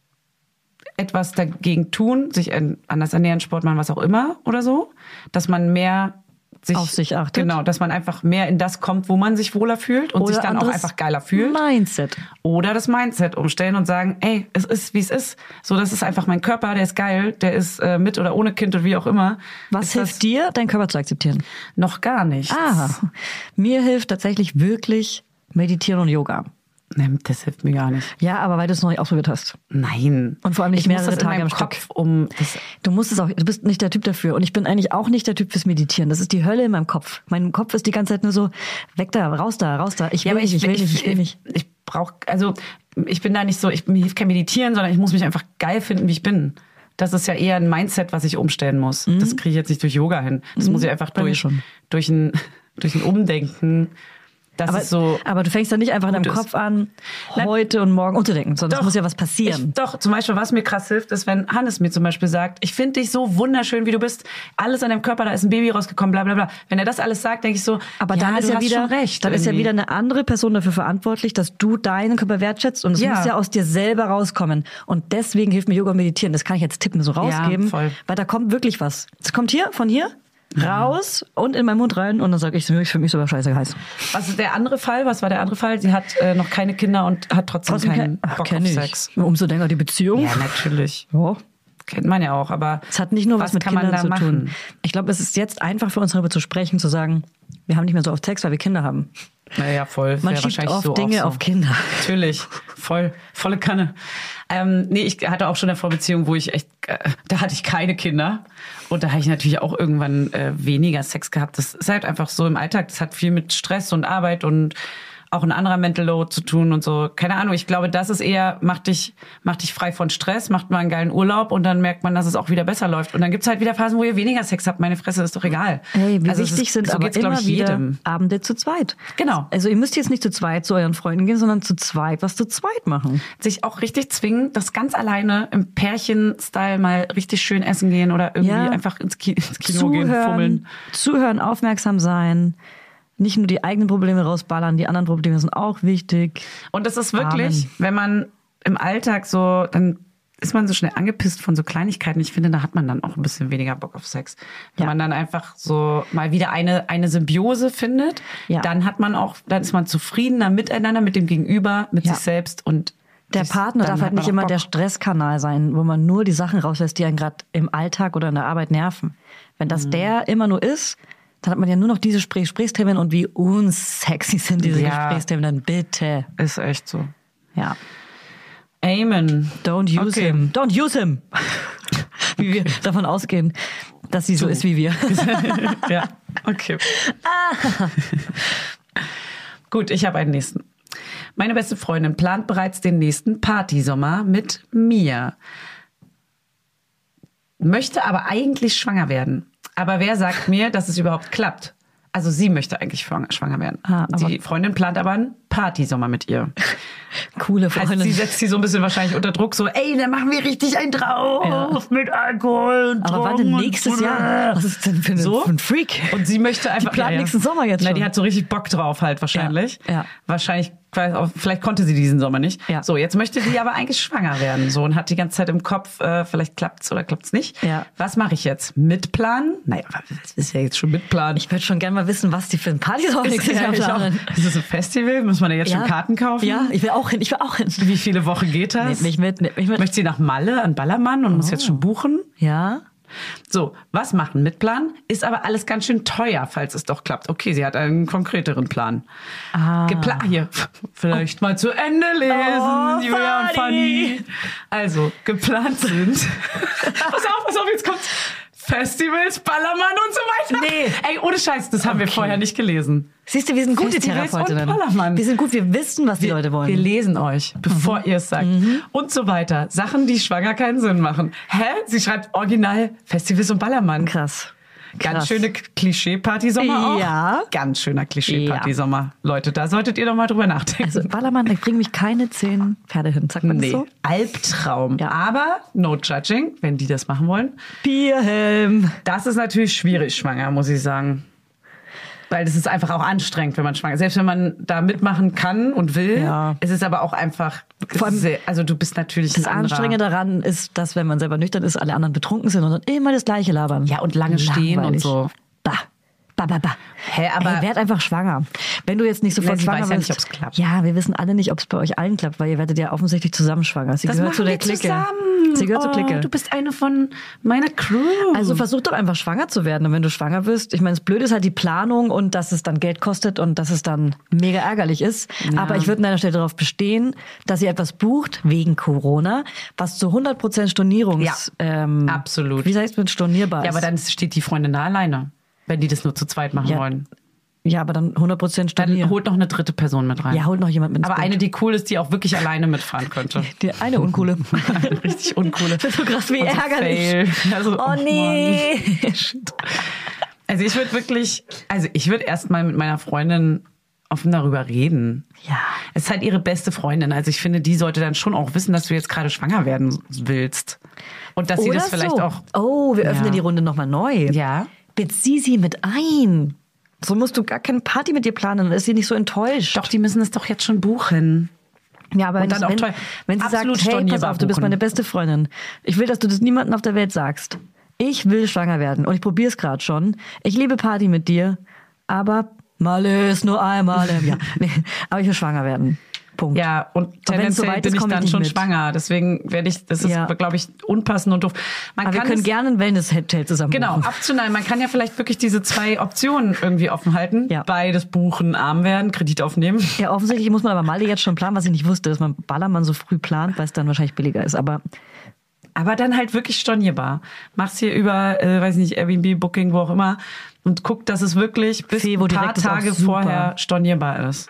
etwas dagegen tun, sich anders ernähren, Sport machen, was auch immer oder so, dass man mehr sich, Auf sich achtet. Genau, dass man einfach mehr in das kommt, wo man sich wohler fühlt und Oder sich dann auch anderes einfach geiler fühlt. Mindset. Oder das Mindset umstellen und sagen, ey, es ist, wie es ist. So, das ist einfach mein Körper, der ist geil, der ist äh, mit oder ohne Kind und wie auch immer. Was ist hilft das dir, deinen Körper zu akzeptieren? noch gar nicht. Ah, mir hilft tatsächlich wirklich Meditieren und Yoga. Nee, das hilft mir gar nicht. Ja, aber weil du es noch nicht ausprobiert hast. Nein. Und vor allem nicht ich muss mehrere das in Tage meinem am Stück. Kopf um das, Du musst es auch, du bist nicht der Typ dafür. Und ich bin eigentlich auch nicht der Typ fürs Meditieren. Das ist die Hölle in meinem Kopf. Mein Kopf ist die ganze Zeit nur so, weg da, raus da, raus da. Ich will ja, aber nicht, ich will nicht, ich will nicht. Ich, ich brauche, also ich bin da nicht so, ich, mir hilft kein Meditieren, sondern ich muss mich einfach geil finden, wie ich bin. Das ist ja eher ein Mindset, was ich umstellen muss. Das kriege ich jetzt nicht durch Yoga hin. Das muss ich einfach bei mir durch, schon. durch ein, durch ein Umdenken. Das Aber, ist so. aber du fängst dann nicht einfach in deinem Gutes. Kopf an, Nein. heute und morgen umzudenken, sondern es Doch. muss ja was passieren. Ich, doch, zum Beispiel, was mir krass hilft, ist, wenn Hannes mir zum Beispiel sagt, ich finde dich so wunderschön, wie du bist. Alles an deinem Körper, da ist ein Baby rausgekommen, bla bla bla. Wenn er das alles sagt, denke ich so, Aber ja, dann ist du ja hast wieder, schon recht. dann ist ja irgendwie. wieder eine andere Person dafür verantwortlich, dass du deinen Körper wertschätzt und es Ja. muss ja aus dir selber rauskommen. Und deswegen hilft mir Yoga und Meditieren. Das kann ich jetzt tippen so rausgeben, voll. weil da kommt wirklich was. Es kommt hier, von hier, raus und in meinen Mund rein und dann sage ich, ich fühle mich sogar scheiße heiß. Was ist der andere Fall? Was war der andere Fall? Sie hat äh, noch keine Kinder und hat trotzdem, Trotzdem keinen kein- Ach, Bock kenn auf ich. Sex. Umso länger die Beziehung. Ja, natürlich. Ja. Kennt man ja auch, aber Es hat nicht nur was, was mit kann man Kindern da zu tun. machen? Ich glaube, es ist jetzt einfach für uns darüber zu sprechen, zu sagen, wir haben nicht mehr so oft Sex, weil wir Kinder haben. Naja, voll. Man Wär schiebt wahrscheinlich oft so Dinge auch so. auf Kinder. Natürlich, voll, volle Kanne. Ähm, nee, ich hatte auch schon eine Vorbeziehung, wo ich echt, äh, da hatte ich keine Kinder. Und da habe ich natürlich auch irgendwann äh, weniger Sex gehabt. Das ist halt einfach so im Alltag. Das hat viel mit Stress und Arbeit und auch ein anderer Mental Load zu tun und so. Keine Ahnung, ich glaube, das ist eher, macht dich, macht dich frei von Stress, macht mal einen geilen Urlaub und dann merkt man, dass es auch wieder besser läuft. Und dann gibt's halt wieder Phasen, wo ihr weniger Sex habt. Meine Fresse, ist doch egal. Hey, wie Also es wichtig ist, sind so aber geht's, glaub immer ich, wieder jedem. Abende zu zweit. Genau. Also ihr müsst jetzt nicht zu zweit zu euren Freunden gehen, sondern zu zweit was zu zweit machen. Sich auch richtig zwingen, das ganz alleine im Pärchen-Style mal richtig schön essen gehen oder irgendwie Ja. einfach ins, Ki ins Kino gehen, Zuhören, fummeln. zuhören, aufmerksam sein. Nicht nur die eigenen Probleme rausballern, die anderen Probleme sind auch wichtig. Und das ist wirklich, Amen. wenn man im Alltag so, dann ist man so schnell angepisst von so Kleinigkeiten. Ich finde, da hat man dann auch ein bisschen weniger Bock auf Sex. Wenn Ja. man dann einfach so mal wieder eine, eine Symbiose findet, Ja. dann hat man auch, dann ist man zufriedener miteinander, mit dem Gegenüber, mit Ja. sich selbst und Der dies- Partner dann darf hat halt man nicht auch immer Bock. der Stresskanal sein, wo man nur die Sachen rauslässt, die einen gerade im Alltag oder in der Arbeit nerven. Wenn Mhm. das der immer nur ist, dann hat man ja nur noch diese Gespräch- Gesprächsthemen und wie unsexy sind diese Ja. Gesprächsthemen dann bitte. Ist echt so. Ja. Amen. Don't use Okay. him. Don't use him. Wie wir davon ausgehen, dass sie so ist wie wir. Ja, okay. Gut, ich habe einen nächsten. Meine beste Freundin plant bereits den nächsten Partysommer mit mir. Möchte aber eigentlich schwanger werden. Aber wer sagt mir, dass es überhaupt klappt? Also sie möchte eigentlich schwanger schwanger werden. Ah, aber- Die Freundin plant aber einen Partysommer mit ihr. Coole Heißt, Freundin. sie setzt sie so ein bisschen wahrscheinlich unter Druck, so, ey, dann machen wir richtig einen drauf mit Alkohol und Aber wann Drogen denn und- nächstes Jahr? Was ist denn für, eine, So? für ein Freak? Und sie möchte einfach... plant nächsten Sommer jetzt Na, schon. die hat so richtig Bock drauf halt wahrscheinlich. Ja, ja. Wahrscheinlich, vielleicht konnte sie diesen Sommer nicht. Ja. So, jetzt möchte sie aber eigentlich schwanger werden. So, und hat die ganze Zeit im Kopf, äh, vielleicht klappt's oder klappt's nicht. Ja. Was mache ich jetzt? Mitplanen? Naja, das ist ja jetzt schon mitplanen. Ich würde schon gerne mal wissen, was die für ein Partysommer nächstes Jahr ich auch. planen. Ist das ein Festival? Muss man da jetzt schon Karten kaufen? Ja, ich will auch hin, ich will auch hin. Wie viele Wochen geht das? Nehmt mich mit, nehmt mich mit. Möchte sie nach Malle an Ballermann und muss jetzt schon buchen? Ja. So, was machen mit Plan? Ist aber alles ganz schön teuer, falls es doch klappt. Okay, sie hat einen konkreteren Plan. Ah. Gepla- hier, vielleicht mal zu Ende lesen, Oh, Julia und Fanny. Fanny. Also, geplant sind. pass auf, pass auf, jetzt kommt's. Festivals, Ballermann und so weiter. Nee. Ey, ohne Scheiß, das haben wir Okay. vorher nicht gelesen. Siehst du, wir sind gute Festivals Therapeutinnen. und Ballermann. Wir sind gut, wir wissen, was die Leute wollen. Wir lesen euch, bevor ihr es sagt. Und so weiter. Sachen, die schwanger keinen Sinn machen. Hä? Sie schreibt original Festivals und Ballermann. Krass. Ganz Krass. schöne Klischee-Party-Sommer auch. Ja. Ganz schöner Klischee-Party-Sommer. Leute, da solltet ihr doch mal drüber nachdenken. Also Ballermann, ich bringe mich keine zehn Pferde hin. Sagt man nee, das so? Albtraum. Ja. Aber no judging, wenn die das machen wollen. Bierhelm. Das ist natürlich schwierig, schwanger, muss ich sagen. Weil das ist einfach auch anstrengend, wenn man schwanger ist. Selbst wenn man da mitmachen kann und will, Ja. ist es aber auch einfach, Vor allem- sehr, also du bist natürlich Das ein anderer. Anstrengende daran ist, dass wenn man selber nüchtern ist, alle anderen betrunken sind und dann immer das Gleiche labern. Ja, und lange stehen und Langweilig. so. Bah. Bah, bah, bah. Hä, aber- Ey, werd einfach schwanger. Wenn du jetzt nicht sofort Sie schwanger weiß ja wirst. nicht, ob's klappt. Ja, wir wissen alle nicht, ob es bei euch allen klappt, weil ihr werdet ja offensichtlich zusammen schwanger. Sie Das gehört zu machen der wir Clique. zusammen. Sie gehört oh, zur Clique. Du bist eine von meiner Crew. Also versuch doch einfach schwanger zu werden. Und wenn du schwanger wirst, ich meine, das Blöde ist halt die Planung und dass es dann Geld kostet und dass es dann mega ärgerlich ist. Ja. Aber ich würde an deiner Stelle darauf bestehen, dass ihr etwas bucht, wegen Corona, was zu hundert Prozent Stornierungs... Ja, ähm, absolut. Wie heißt es mit stornierbar Ja, ist? aber dann steht die Freundin da alleine, wenn die das nur zu zweit machen Ja. wollen. Ja, aber dann hundert Prozent Dann stornieren. holt noch eine dritte Person mit rein. Ja, holt noch jemand mit ins Aber Boot. eine, die cool ist, die auch wirklich alleine mitfahren könnte. Die eine uncoole. Eine richtig uncoole. Das ist so krass, wie Und so ärgerlich. Fail. Also, Oh nee. Shit. Also ich würde wirklich, also ich würde erstmal mit meiner Freundin offen darüber reden. Ja. Es ist halt ihre beste Freundin. Also ich finde, die sollte dann schon auch wissen, dass du jetzt gerade schwanger werden willst. Und dass sie Oder das vielleicht so. auch... Oh, wir öffnen Ja. die Runde nochmal neu. Ja. Bezieh sie mit ein. So musst du gar keine Party mit dir planen, dann ist sie nicht so enttäuscht. Doch, die müssen es doch jetzt schon buchen. Ja, aber Und wenn, dann auch wenn, toll. wenn sie Absolut sagt, hey, pass stornierbar auf, du bist buchen. meine beste Freundin. Ich will, dass du das niemandem auf der Welt sagst. Ich will schwanger werden und ich probiere es gerade schon. Ich liebe Party mit dir, aber mal ist nur einmal im Jahr. Nee, aber ich will schwanger werden. Punkt. Ja, und wenn's tendenziell soweit bin ist, ich komm ich dann nicht schon mit. schwanger. Deswegen werde ich, das ist, Ja. glaube ich, unpassend und doof. Man Aber wir kann können es, gerne ein Wellness-Hotel zusammen Genau, buchen. optional. Man kann ja vielleicht wirklich diese zwei Optionen irgendwie offen halten. Ja. Beides buchen, arm werden, Kredit aufnehmen. Ja, offensichtlich muss man aber Malle jetzt schon planen, was ich nicht wusste, dass man Ballermann so früh plant, weil es dann wahrscheinlich billiger ist. Aber Aber dann halt wirklich stornierbar. Mach's hier über, äh, weiß nicht, Airbnb, Booking, wo auch immer und guck, dass es wirklich bis Fevo ein paar direkt ist auch Tage super. vorher stornierbar ist.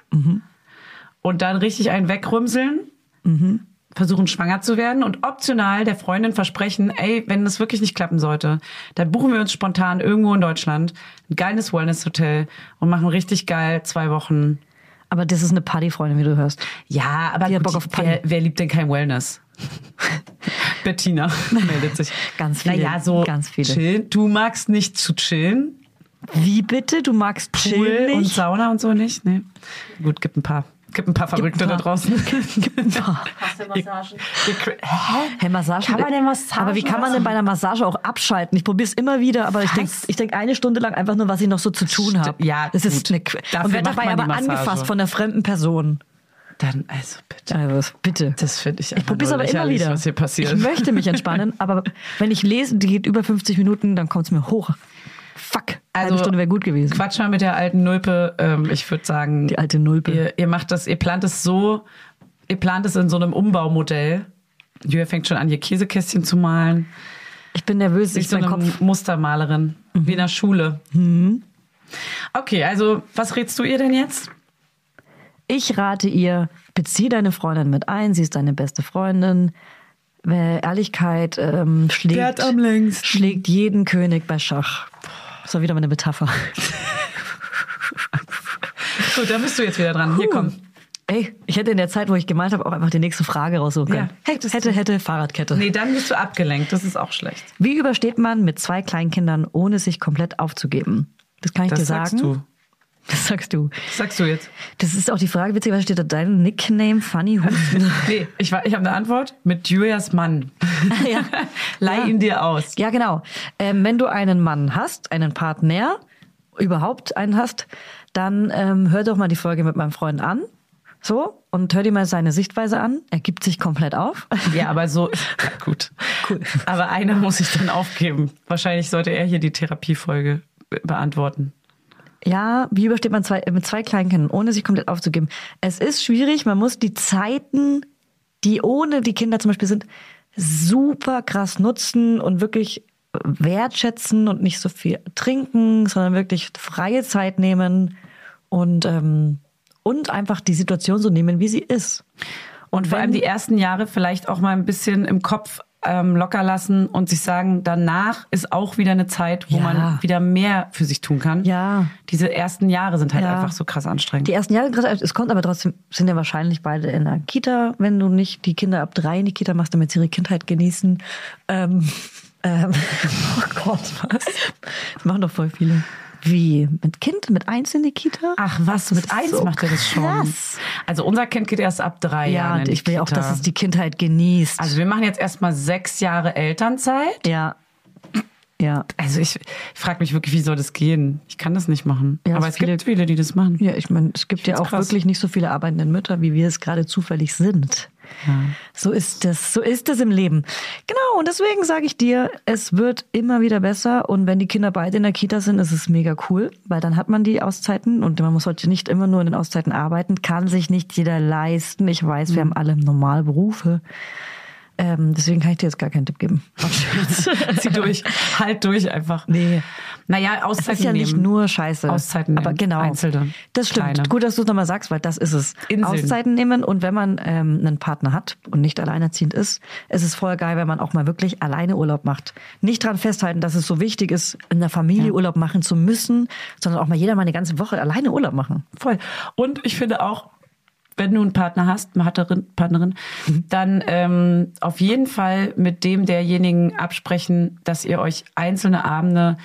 Und dann richtig einen wegrümseln, versuchen schwanger zu werden und optional der Freundin versprechen, ey, wenn das wirklich nicht klappen sollte, dann buchen wir uns spontan irgendwo in Deutschland ein geiles Wellness-Hotel und machen richtig geil zwei Wochen. aber das ist eine Partyfreundin, wie du hörst. Ja, aber Die hat gut, Bock auf wer, Party. wer liebt denn kein Wellness? Bettina meldet sich. Ganz viele, Naja, so ganz viele. chillen. Du magst nicht zu chillen? Wie bitte? Du magst Pool Chill und nicht? Sauna und so nicht? Nee. Gut, gibt ein paar. Gibt ein paar Verrückte ein paar. da draußen. Gibt ein paar. Massagen. Hey, Massagen. Kann man denn Massagen Aber wie kann man denn bei einer Massage auch abschalten? Ich probiere es immer wieder, aber ich denke ich denk eine Stunde lang einfach nur, was ich noch so zu tun habe. Ja, das ist gut. eine Qu Dafür Und werde macht dabei man die aber Massage. angefasst von einer fremden Person. Dann, also bitte. Also, bitte. Das finde ich Ich einfach probiere es nur aber immer lächerlich, wieder. was hier passiert. Ich möchte mich entspannen, aber wenn ich lese, die geht über fünfzig Minuten, dann kommt es mir hoch. Fuck, Also, eine Stunde wäre gut gewesen. Quatsch mal mit der alten Nulpe. Ähm, ich würde sagen, Die alte Nulpe. Ihr, ihr macht das, ihr plant es so, ihr plant es in so einem Umbaumodell. Julia fängt schon an, ihr Käsekästchen zu malen. Ich bin nervös, Wie ich so bin eine Kopf. Mustermalerin, wie in der Schule. Okay, also was rätst du ihr denn jetzt? Ich rate ihr, bezieh deine Freundin mit ein, sie ist deine beste Freundin. Äh, Ehrlichkeit ähm, schlägt, längsten. schlägt jeden König bei Schach. Das war wieder meine Metapher. Gut, da bist du jetzt wieder dran. Hier, komm. Ey, ich hätte in der Zeit, wo ich gemalt habe, auch einfach die nächste Frage raussuchen können. Ja, hätte, hätte, hätte, Fahrradkette. Nee, dann bist du abgelenkt. Das ist auch schlecht. Wie übersteht man mit zwei Kleinkindern, ohne sich komplett aufzugeben? Das kann ich Das dir sagen. sagst du. Das sagst du. Das sagst du jetzt. Das ist auch die Frage, witzigerweise steht da dein Nickname Funny Husten. Nee, ich, war- ich habe eine Antwort. Mit Julias Mann. Ja. Leih Ja. ihn dir aus. Ja, genau. Ähm, wenn du einen Mann hast, einen Partner, überhaupt einen hast, dann ähm, hör doch mal die Folge mit meinem Freund an. So, und hör dir mal seine Sichtweise an. Er gibt sich komplett auf. Ja, aber so, ja, gut. Cool. Aber einer muss ich dann aufgeben. Wahrscheinlich sollte er hier die Therapiefolge be- beantworten. Ja, wie übersteht man zwei, mit zwei kleinen Kindern, ohne sich komplett aufzugeben? Es ist schwierig, man muss die Zeiten, die ohne die Kinder zum Beispiel sind, super krass nutzen und wirklich wertschätzen und nicht so viel trinken, sondern wirklich freie Zeit nehmen und, ähm, und einfach die Situation so nehmen, wie sie ist. Und, und vor allem die ersten Jahre vielleicht auch mal ein bisschen im Kopf ähm, locker lassen und sich sagen, danach ist auch wieder eine Zeit, wo Ja. man wieder mehr für sich tun kann. Ja. Diese ersten Jahre sind halt Ja. einfach so krass anstrengend. Die ersten Jahre, krass, es kommt aber trotzdem, sind ja wahrscheinlich beide in der Kita, wenn du nicht die Kinder ab drei in die Kita machst, damit sie ihre Kindheit genießen. Ähm, ähm, oh Gott, was? Das machen doch voll viele. Wie? Mit Kind, mit eins in die Kita? Ach was, mit eins so macht er das schon. krass. Also unser Kind geht erst ab drei Ja, Jahren in und die ich will Kita. auch, dass es die Kindheit genießt. Also wir machen jetzt erstmal sechs Jahre Elternzeit. ja. Ja. Also ich, ich frage mich wirklich, wie soll das gehen? Ich kann das nicht machen. Ja, Aber es es gibt viele, die das machen. Ja, ich meine, es gibt ja find's auch krass. wirklich nicht so viele arbeitende Mütter, wie wir es gerade zufällig sind. Ja. So ist das, so ist es im Leben. Genau, und deswegen sage ich dir, es wird immer wieder besser und wenn die Kinder beide in der Kita sind, ist es mega cool, weil dann hat man die Auszeiten und man muss heute nicht immer nur in den Auszeiten arbeiten, kann sich nicht jeder leisten. Ich weiß, wir haben alle normale Berufe. Ähm, deswegen kann ich dir jetzt gar keinen Tipp geben. Zieh durch, halt durch einfach. Nee. Naja, Auszeiten Es ist ja nicht nehmen. nur Scheiße. Auszeiten aber nehmen. genau. Einzelne. Das stimmt. Kleine. Gut, dass du es nochmal sagst, weil das ist es. Inseln. Auszeiten nehmen und wenn man ähm, einen Partner hat und nicht alleinerziehend ist, ist es voll geil, wenn man auch mal wirklich alleine Urlaub macht. Nicht dran festhalten, dass es so wichtig ist, in der Familie Ja. Urlaub machen zu müssen, sondern auch mal jeder mal eine ganze Woche alleine Urlaub machen. Voll. Und ich finde auch, wenn du einen Partner hast, eine Partnerin, Partnerin dann ähm, auf jeden Fall mit dem derjenigen absprechen, dass ihr euch einzelne Abende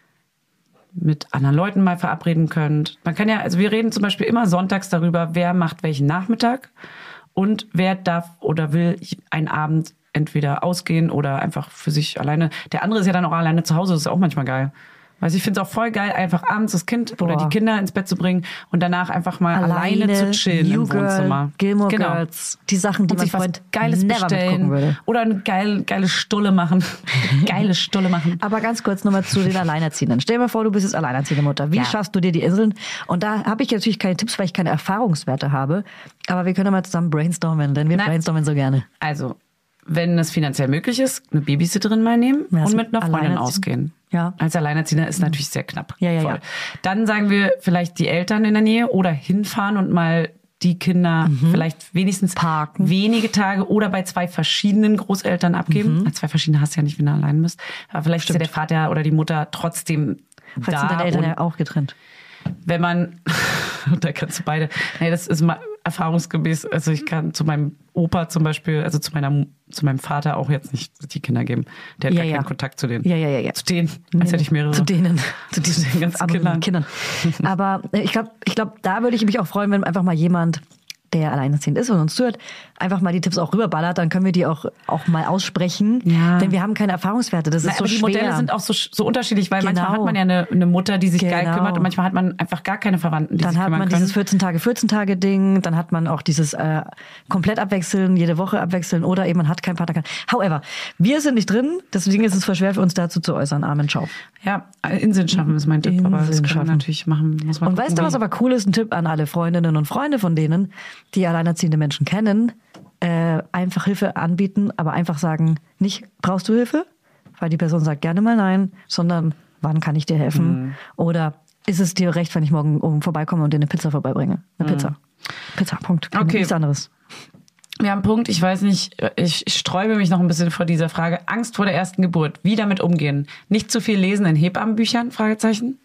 mit anderen Leuten mal verabreden könnt. Man kann ja, also wir reden zum Beispiel immer sonntags darüber, wer macht welchen Nachmittag und wer darf oder will einen Abend entweder ausgehen oder einfach für sich alleine. Der andere ist ja dann auch alleine zu Hause, das ist auch manchmal geil. Also ich finde es auch voll geil, einfach abends das Kind oder Boah. die Kinder ins Bett zu bringen und danach einfach mal alleine, zu chillen New im Wohnzimmer. Girl, Gilmore Genau. Girls, die Sachen, die Und mein sich was Freund Geiles never bestellen mitgucken würde. oder eine geile, geile Stulle machen. geile Stulle machen. Aber ganz kurz nochmal zu den Alleinerziehenden. Stell dir mal vor, du bist jetzt alleinerziehende Mutter. Wie Ja. schaffst du dir die Inseln? Und da habe ich natürlich keine Tipps, weil ich keine Erfahrungswerte habe. Aber wir können ja mal zusammen brainstormen, denn wir Na. brainstormen so gerne. Also, wenn es finanziell möglich ist, eine Babysitterin mal nehmen Ja, und so mit einer Freundin alleinerziehend. ausgehen. Ja. Als Alleinerziehender ist natürlich sehr knapp. Ja, ja, Voll. ja. Dann sagen wir vielleicht die Eltern in der Nähe oder hinfahren und mal die Kinder vielleicht wenigstens Parken. wenige Tage oder bei zwei verschiedenen Großeltern abgeben. Mhm. Zwei verschiedene hast du ja nicht, wenn du allein bist. Aber vielleicht ist ja der Vater oder die Mutter trotzdem Vielleicht da. sind deine Eltern und ja auch getrennt. wenn man, und da kannst du beide, nee, das ist mal erfahrungsgemäß, also ich kann zu meinem Opa zum Beispiel, also zu meiner, zu meinem Vater auch jetzt nicht die Kinder geben. Der hat Ja, gar ja. keinen Kontakt zu denen. Ja, ja, ja, ja. Zu denen, als hätte ich mehrere. Zu denen. Zu diesen ganzen anderen Kindern. Kindern. Aber äh, ich glaube, ich glaub, da würde ich mich auch freuen, wenn einfach mal jemand, der alleinerziehend ist und uns zuhört, einfach mal die Tipps auch rüberballert, dann können wir die auch, auch mal aussprechen. Ja. Denn wir haben keine Erfahrungswerte. Das Na, ist so aber die schwer. Modelle sind auch so, so unterschiedlich, weil Genau. manchmal hat man ja eine, eine Mutter, die sich geil Genau. kümmert und manchmal hat man einfach gar keine Verwandten, die Dann sich hat kümmern man können. dieses vierzehn Tage, vierzehn Tage Ding, dann hat man auch dieses äh, komplett abwechseln, jede Woche abwechseln oder eben man hat keinen Partner. However, wir sind nicht drin, deswegen ist es voll schwer für uns dazu zu äußern. Amen, ciao. Ja, Inseln schaffen ist mein Tipp, aber das Inseln kann man schaffen. natürlich machen. Muss man Und gucken, weißt du, was wie. aber cool ist? Ein Tipp an alle Freundinnen und Freunde von denen, die alleinerziehende Menschen kennen. Äh, einfach Hilfe anbieten, aber einfach sagen, nicht brauchst du Hilfe, weil die Person sagt gerne mal nein, sondern wann kann ich dir helfen? Mhm. Oder ist es dir recht, wenn ich morgen oben vorbeikomme und dir eine Pizza vorbeibringe? Eine Pizza. Pizza, Punkt. Okay. Nichts anderes. Wir haben einen Punkt, ich weiß nicht, ich, ich sträube mich noch ein bisschen vor dieser Frage. Angst vor der ersten Geburt. Wie damit umgehen? Nicht zu viel lesen in Hebammenbüchern? Fragezeichen.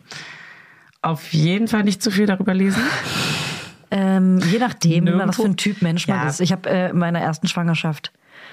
Auf jeden Fall nicht zu viel darüber lesen. Ähm, je nachdem, Nirgendwo. was für ein Typ Mensch man Ja. ist. Ich habe äh, in meiner ersten Schwangerschaft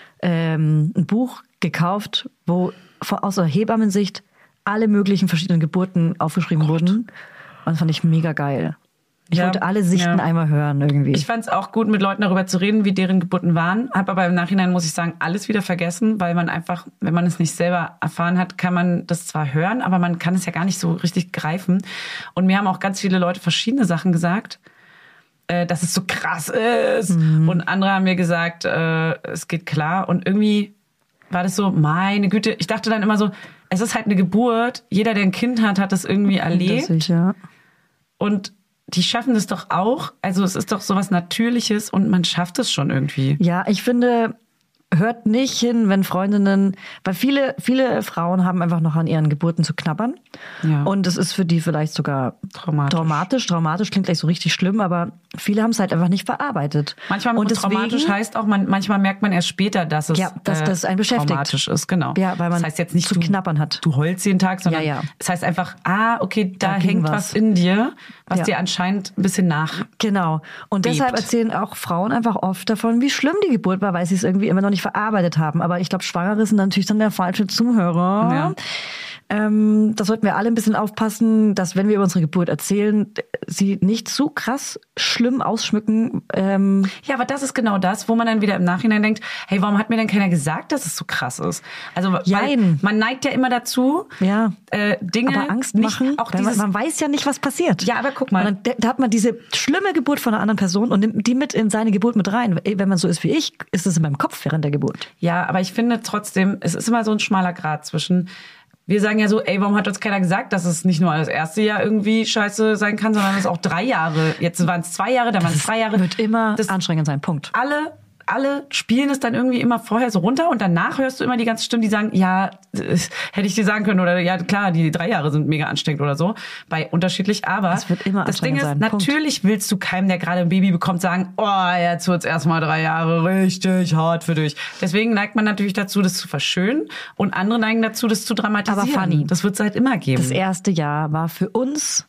ähm, ein Buch gekauft, wo von, aus der Hebammensicht alle möglichen verschiedenen Geburten aufgeschrieben wurden. Und das fand ich mega geil. Ich Ja, wollte alle Sichten ja. einmal hören irgendwie. Ich fand es auch gut, mit Leuten darüber zu reden, wie deren Geburten waren. Habe aber im Nachhinein, muss ich sagen, alles wieder vergessen, weil man einfach, wenn man es nicht selber erfahren hat, kann man das zwar hören, aber man kann es ja gar nicht so richtig greifen. Und mir haben auch ganz viele Leute verschiedene Sachen gesagt. äh, dass es so krass ist. Mhm. Und andere haben mir gesagt, äh, es geht klar. Und irgendwie war das so, meine Güte, ich dachte dann immer so, es ist halt eine Geburt. Jeder, der ein Kind hat, hat das irgendwie erlebt. Sicher. Und die schaffen das doch auch. Also es ist doch sowas Natürliches und man schafft es schon irgendwie. Ja, ich finde, hört nicht hin, wenn Freundinnen, weil viele, viele Frauen haben einfach noch an ihren Geburten zu knabbern. Ja. Und es ist für die vielleicht sogar Traumatisch. Traumatisch, traumatisch klingt gleich so richtig schlimm, aber viele haben es halt einfach nicht verarbeitet. Manchmal und deswegen, traumatisch heißt auch, man, manchmal merkt man erst später, dass es ja, dass das einen beschäftigt. traumatisch ist. Genau. Ja, weil man das heißt jetzt nicht, zu du, knabbern hat. Du heulst jeden Tag, sondern ja, ja. es heißt einfach, ah, okay, da, Da hängt was. was in dir, was Ja. dir anscheinend ein bisschen nach. Genau. Und bebt. deshalb erzählen auch Frauen einfach oft davon, wie schlimm die Geburt war, weil sie es irgendwie immer noch nicht verarbeitet haben. Aber ich glaube, Schwangere sind natürlich dann der falsche Zuhörer. Ja. Ähm, da sollten wir alle ein bisschen aufpassen, dass wenn wir über unsere Geburt erzählen, sie nicht zu krass schlimm ausschmücken. Ähm, Ja, aber das ist genau das, wo man dann wieder im Nachhinein denkt, hey, warum hat mir denn keiner gesagt, dass es so krass ist? Also weil Jein. man neigt ja immer dazu, ja. äh, Dinge aber Angst nicht, machen, auch weil dieses, man, man weiß ja nicht, was passiert. Ja, aber guck mal. Und dann, da hat man diese schlimme Geburt von einer anderen Person und nimmt die mit in seine Geburt mit rein. Wenn man so ist wie ich, ist es in meinem Kopf während der Geburt. Ja, aber ich finde trotzdem, es ist immer so ein schmaler Grat zwischen, wir sagen ja so, ey, warum hat uns keiner gesagt, dass es nicht nur das erste Jahr irgendwie scheiße sein kann, sondern es auch drei Jahre. Jetzt waren es zwei Jahre, dann waren es drei Jahre. Wird immer das anstrengend sein, Punkt. Alle, alle spielen es dann irgendwie immer vorher so runter und danach hörst du immer die ganzen Stimmen, die sagen, ja, das hätte ich dir sagen können oder ja, klar, die drei Jahre sind mega anstrengend oder so. Bei unterschiedlich, aber Es wird immer das Ding ist, anstrengend sein, Punkt. natürlich willst du keinem, der gerade ein Baby bekommt, sagen, oh, jetzt wird's erstmal drei Jahre richtig hart für dich. Deswegen neigt man natürlich dazu, das zu verschönen und andere neigen dazu, das zu dramatisieren. Aber funny. Das wird es halt immer geben. Das erste Jahr war für uns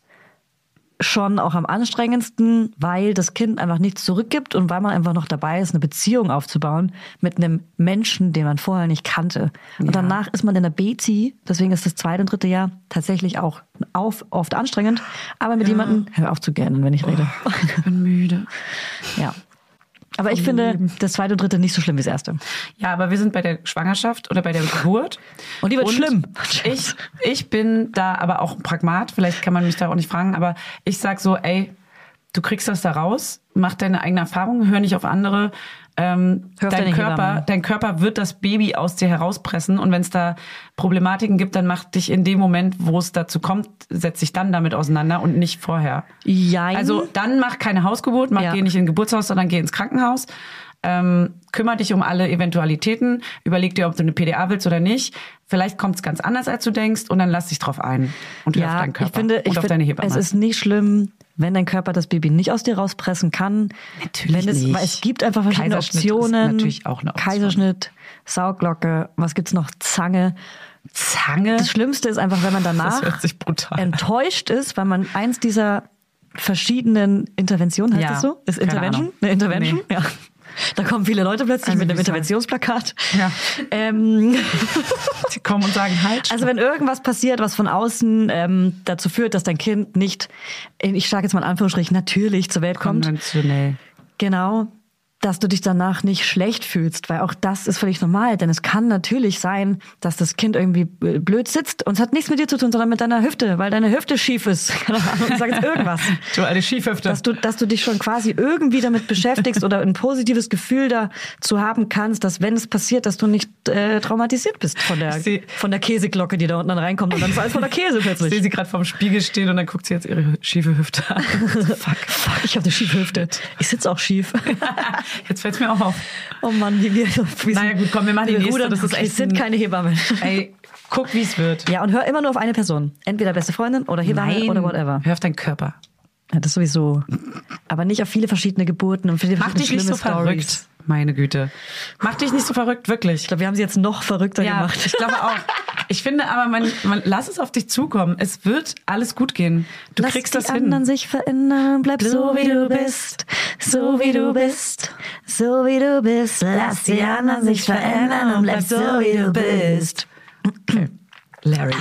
schon auch am anstrengendsten, weil das Kind einfach nichts zurückgibt und weil man einfach noch dabei ist, eine Beziehung aufzubauen mit einem Menschen, den man vorher nicht kannte. Und Ja. danach ist man in der Bezi, deswegen ist das zweite und dritte Jahr tatsächlich auch auf, oft anstrengend, aber mit jemandem, hör auf zu gähnen, wenn ich rede. Ich bin müde. Ja. Aber ich finde das zweite und dritte nicht so schlimm wie das erste. Ja, aber wir sind bei der Schwangerschaft oder bei der Geburt. Und die wird schlimm. Ich, ich bin da aber auch ein Pragmat. Vielleicht kann man mich da auch nicht fragen, aber ich sag so, ey, du kriegst das da raus, mach deine eigene Erfahrung, hör nicht auf andere. Ähm, Hör auf dein deine Körper, Hebamme. dein Körper wird das Baby aus dir herauspressen und wenn es da Problematiken gibt, dann mach dich in dem Moment, wo es dazu kommt, setz dich dann damit auseinander und nicht vorher. Jein. Also dann mach keine Hausgeburt, mach Ja. geh nicht in ein Geburtshaus, sondern geh ins Krankenhaus. Ähm, kümmere dich um alle Eventualitäten, überleg dir, ob du eine P D A willst oder nicht. Vielleicht kommt es ganz anders, als du denkst und dann lass dich drauf ein und hör auf deinen Körper ich finde, und ich auf find, deine Hebamme. es ist nicht schlimm, wenn dein Körper das Baby nicht aus dir rauspressen kann. Natürlich wenn es, nicht. Weil es gibt einfach verschiedene Kaiserschnitt ist Optionen. natürlich auch eine Option. Kaiserschnitt, Sauglocke, was gibt's noch? Zange. Zange? Das Schlimmste ist einfach, wenn man danach Das hört sich brutal an. enttäuscht ist, weil man eins dieser verschiedenen Interventionen, heißt Ja, das so? Ist keine Intervention? Ahnung. Eine Intervention? Nee. Ja. Da kommen viele Leute plötzlich Also mit einem wie soll- Interventionsplakat. Ja. Ähm, Die kommen und sagen, halt. Also wenn irgendwas passiert, was von außen ähm, dazu führt, dass dein Kind nicht, ich sage jetzt mal in Anführungsstrichen, natürlich zur Welt kommt, konventionell. genau, dass du dich danach nicht schlecht fühlst, weil auch das ist völlig normal, denn es kann natürlich sein, dass das Kind irgendwie blöd sitzt und es hat nichts mit dir zu tun, sondern mit deiner Hüfte, weil deine Hüfte schief ist. Keine Ahnung, ich sag jetzt irgendwas. Du alte Schiefhüfte. Dass du, dass du dich schon quasi irgendwie damit beschäftigst oder ein positives Gefühl dazu haben kannst, dass wenn es passiert, dass du nicht äh, traumatisiert bist von der, Ich seh- von der Käseglocke, die da unten dann reinkommt und dann ist alles voller Käse Ich plötzlich. sehe sie gerade vorm Spiegel stehen und dann guckt sie jetzt ihre schiefe Hüfte an. Fuck, fuck, ich habe eine schiefe Hüfte. Ich sitze auch schief. Jetzt fällt's mir auch auf. Oh Mann, wie wir... Wie Naja, gut, komm, wir machen die nächste, rudern. das ist Okay, echt es sind ein- keine Hebammen. Ey, guck, wie es wird. Ja, und hör immer nur auf eine Person. Entweder beste Freundin oder Hebamme oder whatever. Hör auf deinen Körper. Ja, das sowieso. Aber nicht auf viele verschiedene Geburten und viele Mach verschiedene dich nicht so schlimme Storys. verrückt. Meine Güte. Mach dich nicht so verrückt, wirklich. Ich glaube, wir haben sie jetzt noch verrückter Ja, gemacht. ich glaube auch. Ich finde aber, man, man, lass es auf dich zukommen. Es wird alles gut gehen. Du Lass kriegst die das hin. anderen sich verändern, bleib so wie du bist, so wie du bist, so wie du bist. Lass die anderen sich verändern und bleib so wie du bist. Okay. Larry.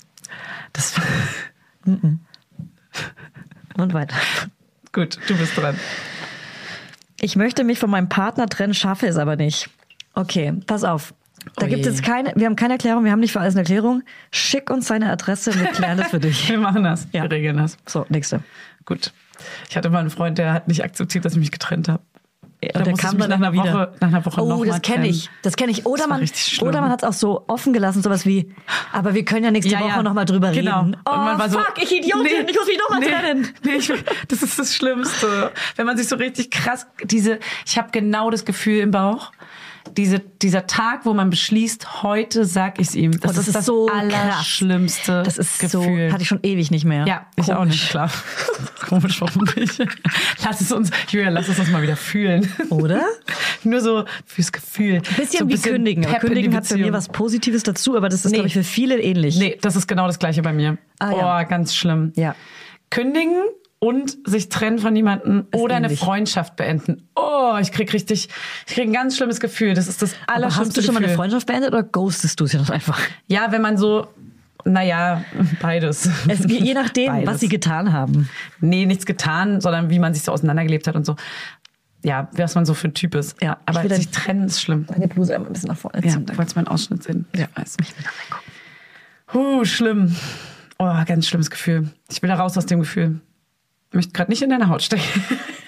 Das Und weiter. gut, du bist dran. Ich möchte mich von meinem Partner trennen, schaffe es aber nicht. Okay, pass auf. Da Oh gibt je. es keine, wir haben keine Erklärung, wir haben nicht für alles eine Erklärung. Schick uns seine Adresse und wir klären das für dich. Wir machen das. Ja. Wir regeln das. So, nächste. Gut. Ich hatte mal einen Freund, der hat nicht akzeptiert, dass ich mich getrennt habe. Und Da der musste kam ich mich dann nach einer immer wieder. Woche, nach einer Woche noch Oh, mal das kenne trennen. ich. Das kenne ich. Oder Das war man, richtig schlimm. oder man hat es auch so offen gelassen, sowas wie, aber wir können ja nächste Ja, Woche ja. noch mal drüber Genau. reden. Und Oh, man war so, fuck, ich Idiotin, nee, ich muss mich noch mal nee, trennen. Nee, ich, das ist das Schlimmste. Wenn man sich so richtig krass, diese, ich habe genau das Gefühl im Bauch, diese, dieser Tag, wo man beschließt, heute sag ich's ihm. Das, Oh, das ist ist das so krass. allerschlimmste Das ist Gefühl. so, hatte ich schon ewig nicht mehr. Ja, ich auch Komisch. nicht, klar. Komisch, warum nicht? Lass es uns, Julia, lass es uns mal wieder fühlen. Oder? Nur so fürs Gefühl. Ein bisschen so ein wie kündigen. Aber Pep in die kündigen hat bei mir Beziehung. was Positives dazu, aber das ist, Nee. glaube ich, für viele ähnlich. Nee, das ist genau das Gleiche bei mir. Ah, ja. Oh, ganz schlimm. Ja. Kündigen und sich trennen von jemandem oder eine ähnlich. Freundschaft beenden. Oh, ich krieg richtig, ich krieg ein ganz schlimmes Gefühl. Das ist das Aber allerschlimmste hast du schon mal eine Gefühl. Freundschaft beendet oder ghostest du es ja einfach? Ja, wenn man so, naja, beides. Es geht je nachdem, Beides. was sie getan haben. Nee, nichts getan, sondern wie man sich so auseinandergelebt hat und so. Ja, was man so für ein Typ ist. Ja, ich aber will dann- sich trennen ist schlimm. Meine Bluse einmal ein bisschen nach vorne Ja, ziehen. du wolltest meinen Ausschnitt sehen. Ja, ich weiß. Huh, schlimm. Oh, ganz schlimmes Gefühl. Ich will da raus aus dem Gefühl. Ich möchte gerade nicht in deine Haut stecken.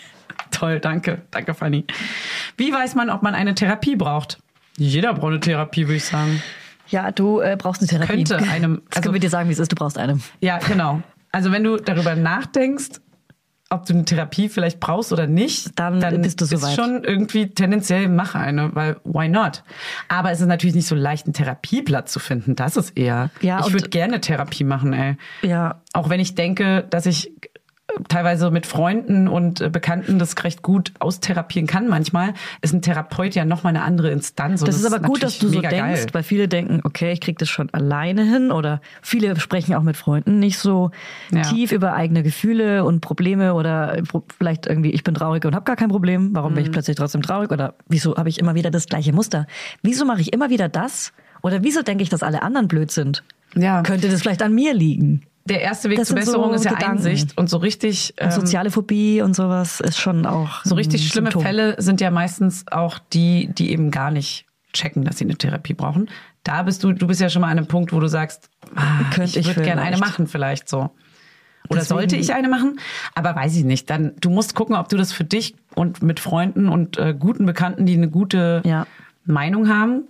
Toll, danke. Danke, Fanny. Wie weiß man, ob man eine Therapie braucht? Jeder braucht eine Therapie, würde ich sagen. Ja, du äh, brauchst eine Therapie. Könnte einem- Das also- können wir dir sagen, wie es ist. Du brauchst eine. Ja, genau. Also wenn du darüber nachdenkst, ob du eine Therapie vielleicht brauchst oder nicht, Dann bist du ist soweit. schon irgendwie tendenziell mach eine, weil why not? Aber es ist natürlich nicht so leicht, einen Therapieplatz zu finden. Das ist eher. Ja, ich und- würde gerne Therapie machen, ey. Ja. Auch wenn ich denke, dass ich teilweise mit Freunden und äh, Bekannten das recht gut austherapieren kann manchmal, ist ein Therapeut ja nochmal eine andere Instanz. Und Das ist aber gut, dass natürlich du so mega denkst, geil. weil viele denken, okay, ich krieg das schon alleine hin, oder viele sprechen auch mit Freunden nicht so Ja. tief über eigene Gefühle und Probleme, oder pro- vielleicht irgendwie, ich bin traurig und habe gar kein Problem, warum Mhm. bin ich plötzlich trotzdem traurig, oder wieso habe ich immer wieder das gleiche Muster? Wieso mache ich immer wieder das? Oder wieso denke ich, dass alle anderen blöd sind? Ja. Könnte das vielleicht an mir liegen? Der erste Weg Das zur sind so Besserung ist ja Gedanken. Einsicht und so richtig Und ähm, soziale Phobie und sowas ist schon auch So richtig ein schlimme Symptom. Fälle sind ja meistens auch die, die eben gar nicht checken, dass sie eine Therapie brauchen. Da bist du, du bist ja schon mal an einem Punkt, wo du sagst, ah, Könnte ich ich würde gerne eine vielleicht. machen vielleicht so. Oder Deswegen- sollte ich eine machen? Aber weiß ich nicht. Dann, du musst gucken, ob du das für dich und mit Freunden und äh, guten Bekannten, die eine gute Ja. Meinung haben.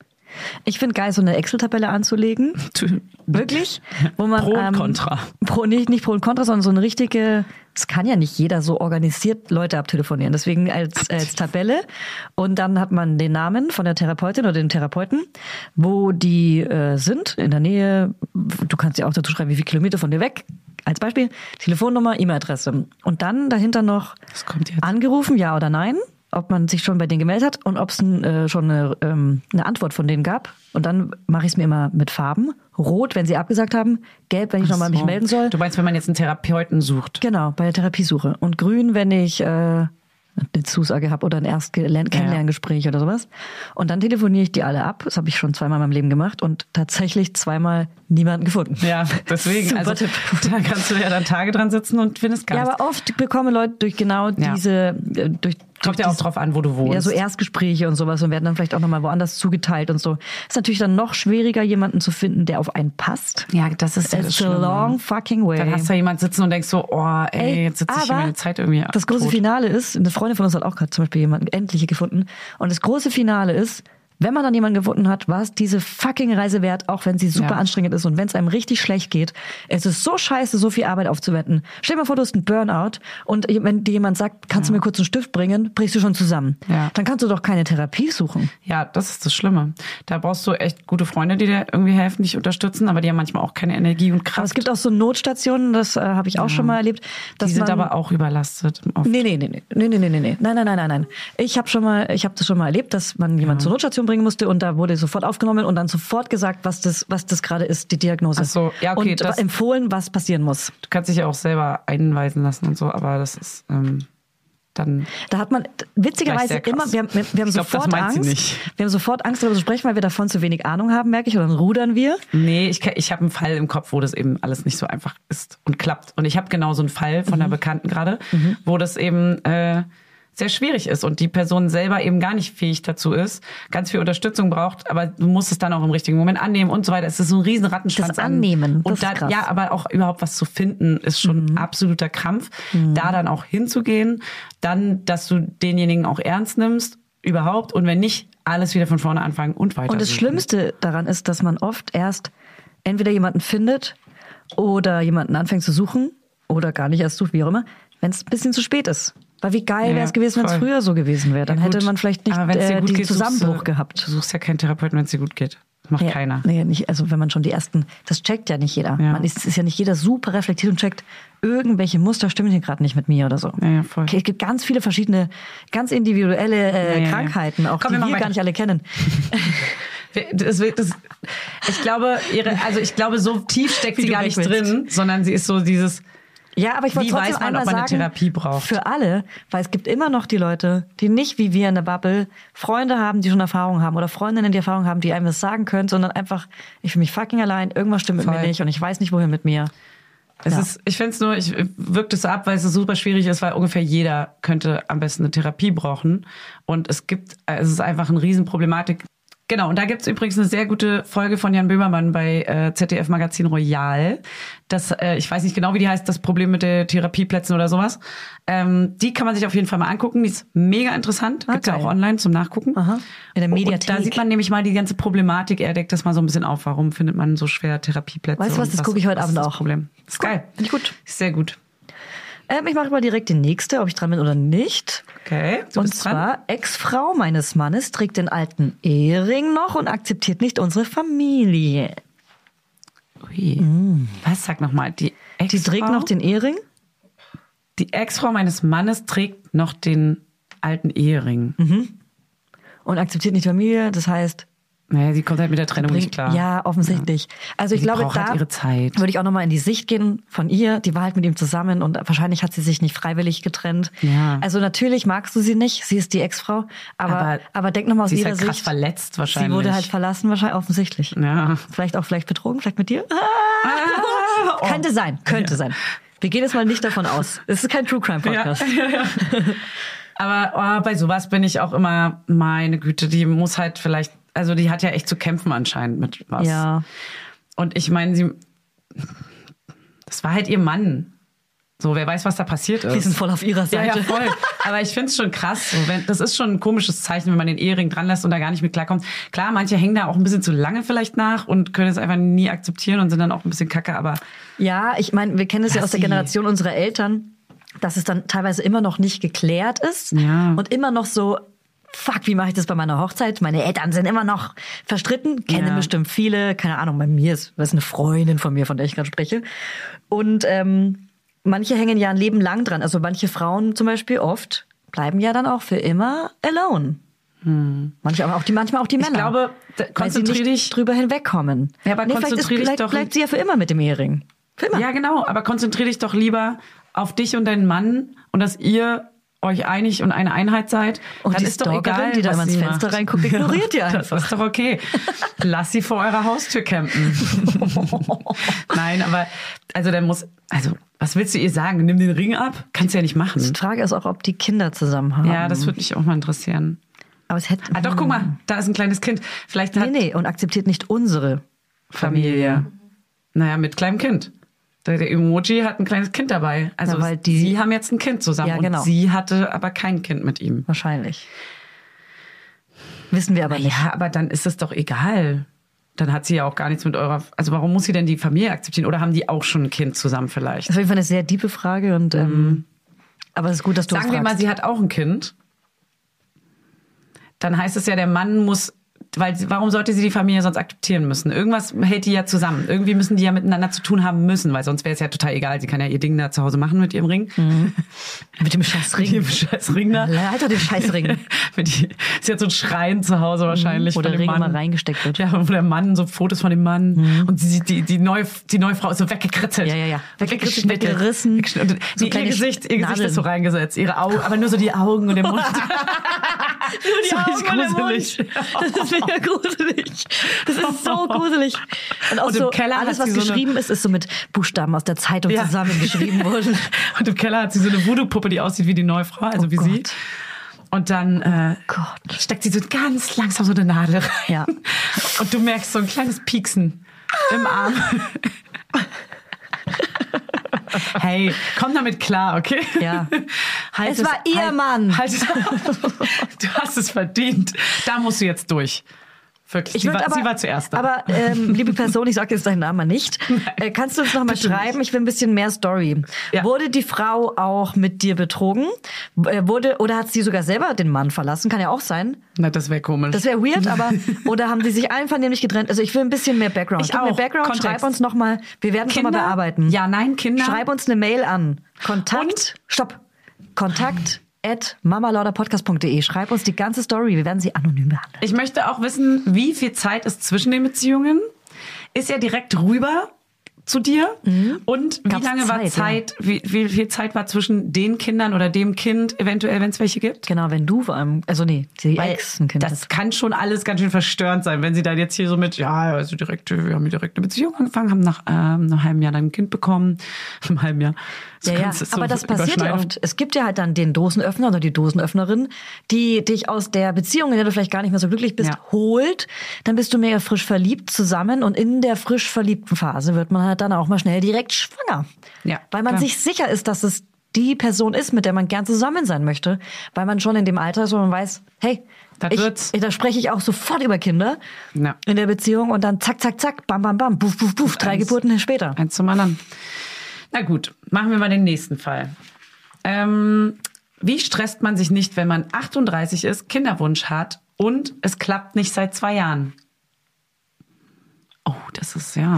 Ich finde geil, so eine Excel-Tabelle anzulegen. Wirklich? Wo man, Pro und ähm, Contra. Pro, nicht, nicht Pro und Contra, sondern so eine richtige, es kann ja nicht jeder so organisiert Leute abtelefonieren. Deswegen als, als Tabelle. Und dann hat man den Namen von der Therapeutin oder dem Therapeuten, wo die äh, sind, in der Nähe. Du kannst ja auch dazu schreiben, wie viele Kilometer von dir weg. Als Beispiel Telefonnummer, E-Mail-Adresse. Und dann dahinter noch Was kommt jetzt? angerufen, ja oder nein, ob man sich schon bei denen gemeldet hat und ob es äh, schon eine, ähm, eine Antwort von denen gab. Und dann mache ich es mir immer mit Farben. Rot, wenn sie abgesagt haben, gelb, wenn ich nochmal mich So. melden soll. Du meinst, wenn man jetzt einen Therapeuten sucht? Genau, bei der Therapiesuche. Und grün, wenn ich äh, eine Zusage habe oder ein Erst-Kennenlerngespräch oder sowas. Und dann telefoniere ich die alle ab. Das habe ich schon zweimal in meinem Leben gemacht und tatsächlich zweimal niemanden gefunden. Ja, deswegen. Super Also Tipp. da kannst du ja dann Tage dran sitzen und findest gar Ja, nichts. aber oft bekommen Leute durch genau Ja. diese, äh, durch Kommt ja auch drauf an, wo du wohnst. Ja, so Erstgespräche und sowas und werden dann vielleicht auch nochmal woanders zugeteilt und so. Ist natürlich dann noch schwieriger, jemanden zu finden, der auf einen passt. Ja, das ist ja das It's a Schlimme. long fucking way. Dann hast du da jemand sitzen und denkst so, oh, ey, jetzt sitze ich hier aber meine Zeit irgendwie das große tot. Finale ist, eine Freundin von uns hat auch gerade zum Beispiel jemanden endlich gefunden. Und das große Finale ist, wenn man dann jemanden gefunden hat, war es diese fucking Reise wert, auch wenn sie super Ja. anstrengend ist und wenn es einem richtig schlecht geht. Es ist so scheiße, so viel Arbeit aufzuwenden. Stell dir mal vor, du hast einen Burnout und wenn dir jemand sagt, kannst du mir kurz einen Stift bringen, brichst du schon zusammen. Ja. Dann kannst du doch keine Therapie suchen. Ja, das ist das Schlimme. Da brauchst du echt gute Freunde, die dir irgendwie helfen, dich unterstützen, aber die haben manchmal auch keine Energie und Kraft. Aber es gibt auch so Notstationen, das äh, habe ich auch schon mal erlebt. Dass die sind man, aber auch überlastet. Oft. Nee, nee, nee, nee, nee, nee, nee, nee, nee. Nein, nein, nein, nein, nein. Ich habe schon mal, ich habe das schon mal erlebt, dass man jemanden zur Notstation bringen musste und da wurde sofort aufgenommen und dann sofort gesagt, was das, was das gerade ist, die Diagnose. Ach so, ja, okay, Und das- empfohlen, was passieren muss. Du kannst dich ja auch selber einweisen lassen und so, aber das ist ähm, dann... Da hat man witzigerweise Gleich sehr krass. immer, wir haben, wir, wir haben Ich glaub, das sofort meint sie Angst. nicht. Wir haben sofort Angst, darüber zu sprechen, weil wir davon zu wenig Ahnung haben, merke ich, und dann rudern wir. Nee, ich, ke- ich habe einen Fall im Kopf, wo das eben alles nicht so einfach ist und klappt. Und ich habe genau so einen Fall von einer Bekannten gerade, wo das eben... Äh, sehr schwierig ist und die Person selber eben gar nicht fähig dazu ist, ganz viel Unterstützung braucht, aber du musst es dann auch im richtigen Moment annehmen und so weiter. Es ist so ein riesen Rattenschwanz. Das Annehmen, das und da, ist krass. Ja, aber auch überhaupt was zu finden, ist schon mhm. absoluter Krampf. Mhm. Da dann auch hinzugehen, dann, dass du denjenigen auch ernst nimmst, überhaupt, und wenn nicht, alles wieder von vorne anfangen und weiter. Und das Schlimmste daran ist, dass man oft erst entweder jemanden findet oder jemanden anfängt zu suchen oder gar nicht erst sucht, wie auch immer, wenn es ein bisschen zu spät ist. Weil wie geil Ja, wäre es gewesen, wenn es voll. früher so gewesen wäre. Dann Ja, gut. hätte man vielleicht nicht Aber wenn's dir äh, gut diesen geht, suchst Zusammenbruch du, gehabt. Du suchst ja keinen Therapeuten, wenn es dir gut geht. Das macht Ja, keiner. Nee, nicht, also wenn man schon die ersten, das checkt ja nicht jeder. Ja. Man ist, ist ja nicht jeder super reflektiert und checkt, irgendwelche Muster stimmen hier gerade nicht mit mir oder so. Ja, ja, voll. Okay, es gibt ganz viele verschiedene, ganz individuelle äh, Ja, ja, Krankheiten, auch Komm, die wir wir machen gar weiter. nicht alle kennen. Das, das, ich glaube, ihre, also ich glaube, so tief steckt Wie sie du gar weg nicht willst. drin, sondern sie ist so dieses, Ja, aber ich wollte Wie trotzdem weiß man, einmal ob man eine sagen, Therapie braucht? für alle, weil es gibt immer noch die Leute, die nicht wie wir in der Bubble Freunde haben, die schon Erfahrung haben oder Freundinnen, die Erfahrung haben, die einem das sagen können, sondern einfach, ich fühle mich fucking allein, irgendwas stimmt mit Voll. mir nicht und ich weiß nicht, wohin mit mir. es Ja. ist, ich finde es nur, ich wirkt es so ab, weil es super schwierig ist, weil ungefähr jeder könnte am besten eine Therapie brauchen. Und es gibt, es ist einfach eine Riesenproblematik. Genau, und da gibt's übrigens eine sehr gute Folge von Jan Böhmermann bei äh, Z D F Magazin Royal. Das, äh, ich weiß nicht genau, wie die heißt, das Problem mit den Therapieplätzen oder sowas. Ähm, die kann man sich auf jeden Fall mal angucken. Die ist mega interessant. Ah, Gibt's ja geil. auch online zum Nachgucken. Aha. In der Mediathek. Und da sieht man nämlich mal die ganze Problematik. Er deckt das mal so ein bisschen auf. Warum findet man so schwer Therapieplätze? Weißt du was, und das gucke ich heute was Abend ist das auch. Problem. Das ist geil. Finde ich gut. Ist sehr gut. Ähm, ich mache mal direkt die nächste, ob ich dran bin oder nicht. Okay, du und bist zwar, dran. Ex-Frau meines Mannes trägt den alten Ehering noch und akzeptiert nicht unsere Familie. Ui. Was, sag nochmal, die Ex-Frau? Die trägt noch den Ehering? Die Ex-Frau meines Mannes trägt noch den alten Ehering. Und akzeptiert nicht Familie, das heißt, Naja, sie kommt halt mit der Trennung nicht bringt, klar. ja, offensichtlich. Also ich Sie glaube, braucht da halt ihre Zeit. würde ich auch nochmal in die Sicht gehen von ihr. Die war halt mit ihm zusammen und wahrscheinlich hat sie sich nicht freiwillig getrennt. Ja. Also natürlich magst du sie nicht, sie ist die Ex-Frau, aber, aber, Aber denk nochmal aus sie ist ihrer halt krass Sicht. verletzt Sie wahrscheinlich. wurde halt verlassen, wahrscheinlich offensichtlich. Ja. Vielleicht auch vielleicht betrogen, vielleicht mit dir. Oh. Könnte sein, könnte sein. Wir gehen jetzt mal nicht davon aus. Es ist kein True Crime Podcast. Ja, ja, ja. Aber oh, bei sowas bin ich auch immer, meine Güte, die muss halt vielleicht, also die hat ja echt zu kämpfen anscheinend mit was. Ja. Und ich meine, sie, das war halt ihr Mann. So, wer weiß, was da passiert ist. Wir sind voll auf ihrer Ja, Seite. ja, voll. Aber ich find's schon krass. So, wenn, das ist schon ein komisches Zeichen, wenn man den Ehering dran lässt und da gar nicht mit klarkommt. Klar, manche hängen da auch ein bisschen zu lange vielleicht nach und können es einfach nie akzeptieren und sind dann auch ein bisschen kacke, aber Ja, ich meine, wir kennen es ja Lass aus der sie. Generation unserer Eltern, dass es dann teilweise immer noch nicht geklärt ist Ja. und immer noch so, fuck, wie mache ich das bei meiner Hochzeit? Meine Eltern sind immer noch verstritten, kennen Ja. bestimmt viele, keine Ahnung, bei mir ist, das ist eine Freundin von mir, von der ich gerade spreche. Und ähm, manche hängen ja ein Leben lang dran. Also manche Frauen zum Beispiel oft bleiben ja dann auch für immer alone. Manche, aber auch die, manchmal auch die Männer. ich glaube, da- weil sie konzentrier nicht dich. drüber hinwegkommen. Ja, aber nee, vielleicht, ist, konzentrier dich vielleicht doch- bleibt sie ja für immer mit dem Ehering. Für immer. Ja, genau, aber konzentrier dich doch lieber auf dich und deinen Mann und dass ihr euch einig und eine Einheit seid. Und dann die ist doch Stalkerin, egal, die da was immer ins sie Fenster macht. reinguckt, ignoriert die Das einfach. ist doch okay. Lass sie vor eurer Haustür campen. Nein, aber also der muss, also was willst du ihr sagen? Nimm den Ring ab? Kannst du ja nicht machen. Die Frage ist auch, ob die Kinder zusammen haben. Ja, das würde mich auch mal interessieren. Aber es hätte. Ah, doch, guck mal, da ist ein kleines Kind. Vielleicht hat Nee, nee, und akzeptiert nicht unsere Familie. Naja, mit kleinem Kind. Der, der Emoji hat ein kleines Kind dabei. Also Ja, weil die- sie haben jetzt ein Kind zusammen Ja, genau. und sie hatte aber kein Kind mit ihm. wahrscheinlich. Wissen wir aber nicht. Ja, aber dann ist es doch egal. Dann hat sie ja auch gar nichts mit eurer... Also warum muss sie denn die Familie akzeptieren? Oder haben die auch schon ein Kind zusammen vielleicht? Das ist auf jeden Fall eine sehr tiefe Frage. Und, ähm, aber es ist gut, dass du Sagen es wir mal, fragst. sie hat auch ein Kind. Dann heißt es ja, der Mann muss... Weil sie- warum sollte sie die Familie sonst akzeptieren müssen? Irgendwas hält die ja zusammen. Irgendwie müssen die ja miteinander zu tun haben müssen, weil sonst wäre es ja total egal. Sie kann ja ihr Ding da zu Hause machen mit ihrem Ring. Mit dem scheiß Mit Ring. ihrem scheiß Ring da. Alter, den scheiß Ring. Mit die, sie hat so einen Schrein zu Hause wahrscheinlich. Wo der von dem Ring Mann. immer reingesteckt wird. Ja, wo der Mann, so Fotos von dem Mann. Und sie, die, die, neue, die neue Frau ist so weggekritzelt. Ja, ja, ja. Weggekritzelt, Weggerissen. weggeschnitten. Und So nee, ihr kleine Gesicht, ihr Gesicht Nadeln. ist so reingesetzt. Ihre Augen, aber nur so die Augen und der Mund. Nur die Das Augen ist und der gruselig. Mund. Das ist mega gruselig. Das ist so gruselig. Und auch Und im so, Keller alles, hat was sie so eine- geschrieben ist, ist so mit Buchstaben aus der Zeitung Ja. zusammengeschrieben worden. Und im Keller hat sie so eine Voodoo-Puppe, die aussieht wie die neue Frau, also Oh wie sie. Gott. Und dann äh, Gott. steckt sie so ganz langsam so eine Nadel rein. Ja. Und du merkst so ein kleines Pieksen im Arm. Hey, komm damit klar, okay? Ja. Halt Es war ihr halt, Mann. Halt, du hast es verdient. Da musst du jetzt durch. Wirklich. Ich Sie würd war, aber, sie war zuerst da. Aber ähm, liebe Person, ich sage jetzt deinen Namen mal nicht. Äh, kannst du uns noch mal Bitte schreiben? nicht. Ich will ein bisschen mehr Story. Ja. Wurde die Frau auch mit dir betrogen? Äh, wurde oder hat sie sogar selber den Mann verlassen? Kann ja auch sein. Na, das wäre komisch. Das wäre weird, aber oder haben die sich einvernehmlich getrennt? Also ich will ein bisschen mehr Background. Ich Gib mir auch. Background, Kontext. schreib uns noch mal. Wir werden es noch mal Kinder? bearbeiten. Ja, nein, Kinder. Schreib uns eine Mail an. Kontakt. Und? Stopp. Kontakt at mamalauderpodcast punkt de. Schreib uns die ganze Story. Wir werden sie anonym behandeln. Ich möchte auch wissen, wie viel Zeit ist zwischen den Beziehungen? Ist er direkt rüber zu dir? Und wie Gab's lange war Zeit, Zeit, wie, wie viel Zeit war zwischen den Kindern oder dem Kind, eventuell, wenn es welche gibt? Genau, wenn du vor allem, also nee, die Weil Ex ein Kind das hast. kann schon alles ganz schön verstörend sein, wenn sie dann jetzt hier so mit, ja, also direkt, wir haben direkt eine Beziehung angefangen, haben nach ähm, einem halben Jahr dann ein Kind bekommen, im halben Jahr. So Ja, ja. ganz- so Aber das passiert ja Überschneidung. oft. Es gibt ja halt dann den Dosenöffner oder die Dosenöffnerin, die dich aus der Beziehung, in der du vielleicht gar nicht mehr so glücklich bist, Ja. holt. Dann bist du mega frisch verliebt zusammen und in der frisch verliebten Phase wird man halt dann auch mal schnell direkt schwanger. Ja, Weil man klar. sich sicher ist, dass es die Person ist, mit der man gern zusammen sein möchte. Weil man schon in dem Alter ist, wo man weiß, hey, Das ich, wird's. da spreche ich auch sofort über Kinder Ja. in der Beziehung und dann zack, zack, zack, bam, bam, bam, buff, buff, buff, drei Eins. Geburten später. Eins zum anderen. Na gut, machen wir mal den nächsten Fall. Ähm, wie stresst man sich nicht, wenn man achtunddreißig ist, Kinderwunsch hat und es klappt nicht seit zwei Jahren? Oh, das ist ja.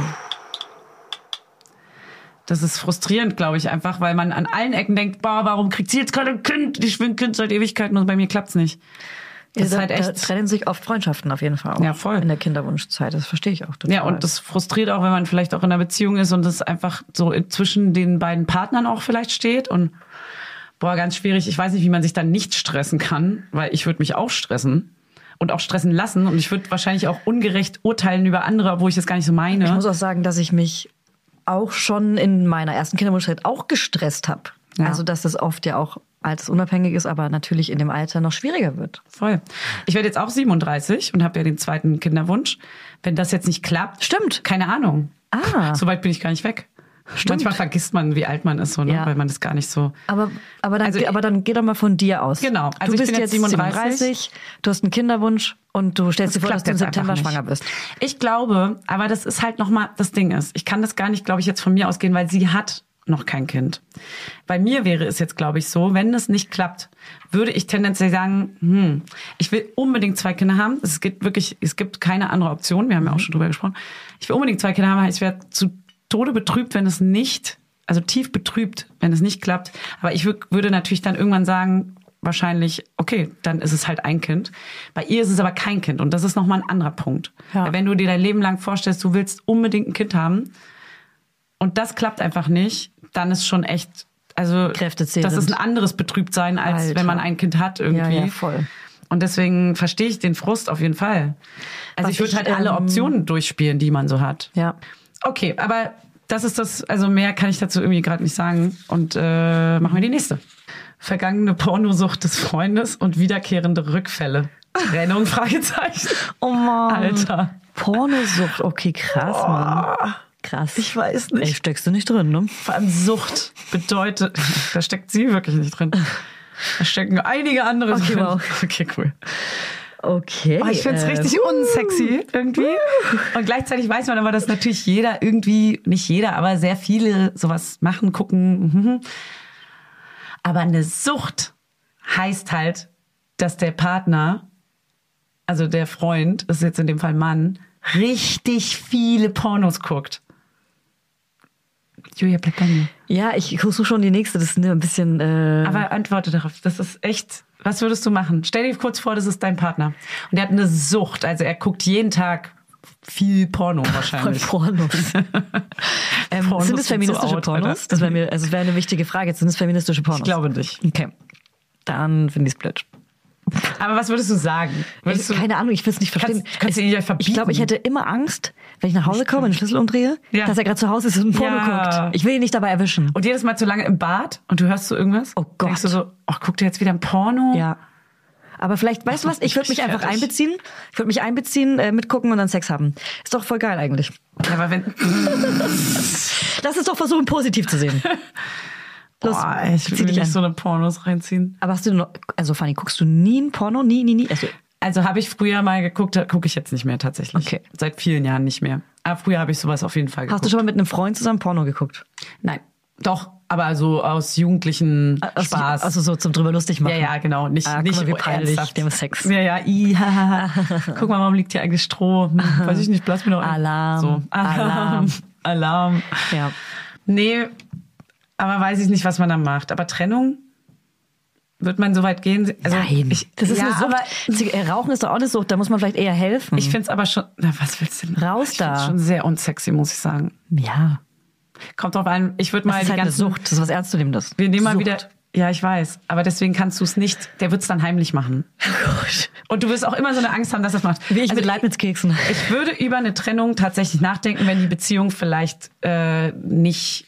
Das ist frustrierend, glaube ich, einfach, weil man an allen Ecken denkt, boah, warum kriegt sie jetzt gerade ein Kind? Ich will ein Kind seit Ewigkeiten und bei mir klappt's nicht. Das ist da, halt da echt. trennen sich oft Freundschaften auf jeden Fall auch. Ja, voll. In der Kinderwunschzeit, das verstehe ich auch total. Ja, und das frustriert auch, wenn man vielleicht auch in einer Beziehung ist und es einfach so zwischen den beiden Partnern auch vielleicht steht und boah, ganz schwierig. Ich weiß nicht, wie man sich dann nicht stressen kann, weil ich würde mich auch stressen und auch stressen lassen und ich würde wahrscheinlich auch ungerecht urteilen über andere, obwohl ich das gar nicht so meine. Ich muss auch sagen, dass ich mich auch schon in meiner ersten Kinderwunschzeit auch gestresst habe. Ja. Also, dass das oft ja auch altersunabhängig ist, aber natürlich in dem Alter noch schwieriger wird. Voll. Ich werde jetzt auch siebenunddreißig und habe ja den zweiten Kinderwunsch. Wenn das jetzt nicht klappt, Stimmt. keine Ahnung. Ah. So weit bin ich gar nicht weg. Stimmt. Manchmal vergisst man, wie alt man ist, so, ne? Ja. Weil man das gar nicht so. Aber, aber, dann, Also- aber dann geh doch mal von dir aus. Genau. Also du ich bist bin jetzt jetzt siebenunddreißig. siebenunddreißig, du hast einen Kinderwunsch und du stellst dir vor, dass klappt du im jetzt einfach September nicht. schwanger bist. Ich glaube, aber das ist halt nochmal das Ding ist. Ich kann das gar nicht, glaube ich, jetzt von mir ausgehen, weil sie hat noch kein Kind. Bei mir wäre es jetzt, glaube ich, so, wenn es nicht klappt, würde ich tendenziell sagen, hm, ich will unbedingt zwei Kinder haben. Es gibt wirklich, es gibt keine andere Option. Wir haben ja auch schon drüber gesprochen. Ich will unbedingt zwei Kinder haben. Ich werde zu Tode betrübt, wenn es nicht, also tief betrübt, wenn es nicht klappt. Aber ich wür- würde natürlich dann irgendwann sagen, wahrscheinlich, okay, dann ist es halt ein Kind. Bei ihr ist es aber kein Kind und das ist nochmal ein anderer Punkt. Ja. Weil wenn du dir dein Leben lang vorstellst, du willst unbedingt ein Kind haben und das klappt einfach nicht, dann ist schon echt, also Kräftezehrend. das ist ein anderes Betrübtsein, als Alter. wenn man ein Kind hat irgendwie. Ja, ja, voll. Und deswegen verstehe ich den Frust auf jeden Fall. Also Was ich würde ich, halt alle ähm, Optionen durchspielen, die man so hat. Ja. Okay, aber das ist das, also mehr kann ich dazu irgendwie gerade nicht sagen. Und äh, machen wir die nächste. Vergangene Pornosucht des Freundes und wiederkehrende Rückfälle. Trennung, Fragezeichen. Oh Mann. Alter. Pornosucht, okay, krass, Mann. Krass. Ich weiß nicht. Ey, steckst du nicht drin, ne? Vor allem Sucht bedeutet, da steckt sie wirklich nicht drin. Da stecken einige andere Okay, drin. wow. Okay, cool. Okay. Oh, ich find's äh, richtig unsexy irgendwie. Und gleichzeitig weiß man aber, dass natürlich jeder irgendwie, nicht jeder, aber sehr viele sowas machen, gucken. mhm. Aber eine Sucht heißt halt, dass der Partner, also der Freund, ist jetzt in dem Fall Mann, richtig viele Pornos guckt. Julia, bleib bei mir. Ja, ich suche schon die nächste. Das ist ein bisschen. Äh, Aber antworte darauf. Das ist echt. Was würdest du machen? Stell dir kurz vor, das ist dein Partner. Und er hat eine Sucht. Also er guckt jeden Tag viel Porno voll wahrscheinlich. Pornos. ähm, Pornos sind es sind feministische so out, Pornos? Alter. Das wäre mir, also es wäre eine wichtige Frage. Sind es feministische Pornos? Ich glaube nicht. Okay. Dann finde ich es blöd. Aber was würdest du sagen? Würdest Ich, du, keine Ahnung, ich will es nicht verstehen. Kannst- kannst du ihn ja verbieten. Ich glaube, ich hätte immer Angst, wenn ich nach Hause komme und den Schlüssel umdrehe, Ja. dass er gerade zu Hause ist und ein Porno Ja. guckt. Ich will ihn nicht dabei erwischen. und jedes Mal zu lange im Bad und du hörst so irgendwas? Oh Gott. Denkst du so, ach, guckt ihr jetzt wieder ein Porno? Ja. Aber vielleicht, weißt du was, ich würde mich einfach fertig. einbeziehen. Ich würde mich einbeziehen, äh, mitgucken und dann Sex haben. Ist doch voll geil eigentlich. Ja, aber wenn... Lass uns doch versuchen, positiv zu sehen. Los, Boah, ich zieh will dich nicht an. so eine Pornos reinziehen. Aber hast du noch, also Fanny, guckst du nie ein Porno? Nie, nie, nie? Also, Also habe ich früher mal geguckt, gucke ich jetzt nicht mehr tatsächlich. Okay. Seit vielen Jahren nicht mehr. Aber früher habe ich sowas auf jeden Fall geguckt. hast du schon mal mit einem Freund zusammen Porno geguckt? Nein, doch, aber so aus jugendlichen Aus- Spaß. Also so zum drüber lustig machen. ja, ja, genau. Nicht, Ah, guck nicht mal, wie peinlich, ernsthaft. die haben Sex. Ja, ja, i, ha, ha, ha. Guck mal, warum liegt hier eigentlich Stroh? Hm, weiß ich nicht, blass mir doch ein. Alarm. So. Alarm. Alarm. Ja. Nee, aber weiß ich nicht, was man da macht. Aber Trennung? Wird man so weit gehen? Also, Nein, Ich, das ist ja, eine Sucht. aber Zig- äh, Rauchen ist doch auch eine Sucht, da muss man vielleicht eher helfen. ich finde es aber schon... Na, was willst du denn? Raus ich da. find's schon sehr unsexy, muss ich sagen. ja, Kommt drauf an, ich würde mal das ist die halt eine ganzen... Sucht. Das ist was Ernstzunehmendes. Wir nehmen mal Sucht. wieder... Ja, ich weiß. Aber deswegen kannst du es nicht... Der wird es dann heimlich machen. Und du wirst auch immer so eine Angst haben, dass das macht. Wie ich Also mit Leibniz-Keksen. Ich würde über eine Trennung tatsächlich nachdenken, wenn die Beziehung vielleicht äh, nicht...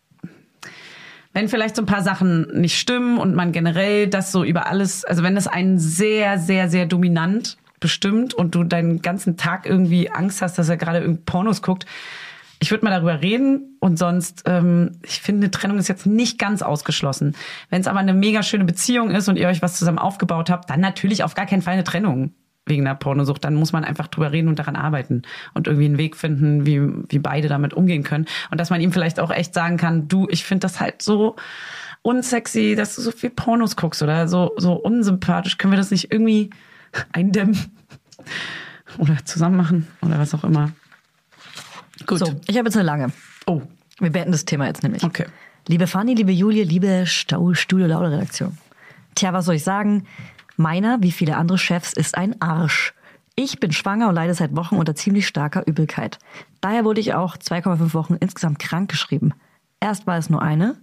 Wenn vielleicht so ein paar Sachen nicht stimmen und man generell das so über alles... Also wenn das einen sehr, sehr, sehr dominant bestimmt und du deinen ganzen Tag irgendwie Angst hast, dass er gerade irgend Pornos guckt... Ich würde mal darüber reden und sonst, ähm, ich finde, eine Trennung ist jetzt nicht ganz ausgeschlossen. Wenn es aber eine mega schöne Beziehung ist und ihr euch was zusammen aufgebaut habt, dann natürlich auf gar keinen Fall eine Trennung wegen der Pornosucht. Dann muss man einfach drüber reden und daran arbeiten und irgendwie einen Weg finden, wie, wie beide damit umgehen können. Und dass man ihm vielleicht auch echt sagen kann, du, ich finde das halt so unsexy, dass du so viel Pornos guckst oder so, so unsympathisch. Können wir das nicht irgendwie eindämmen oder zusammen machen oder was auch immer? Gut. So, ich habe jetzt eine lange. Oh, Wir beenden das Thema jetzt nämlich. okay. Liebe Fanny, liebe Julie, liebe Stau Studio Laude Redaktion. Tja, was soll ich sagen? Meiner, wie viele andere Chefs, ist ein Arsch. Ich bin schwanger und leide seit Wochen unter ziemlich starker Übelkeit. Daher wurde ich auch zwei Komma fünf Wochen insgesamt krank geschrieben. Erst war es nur eine.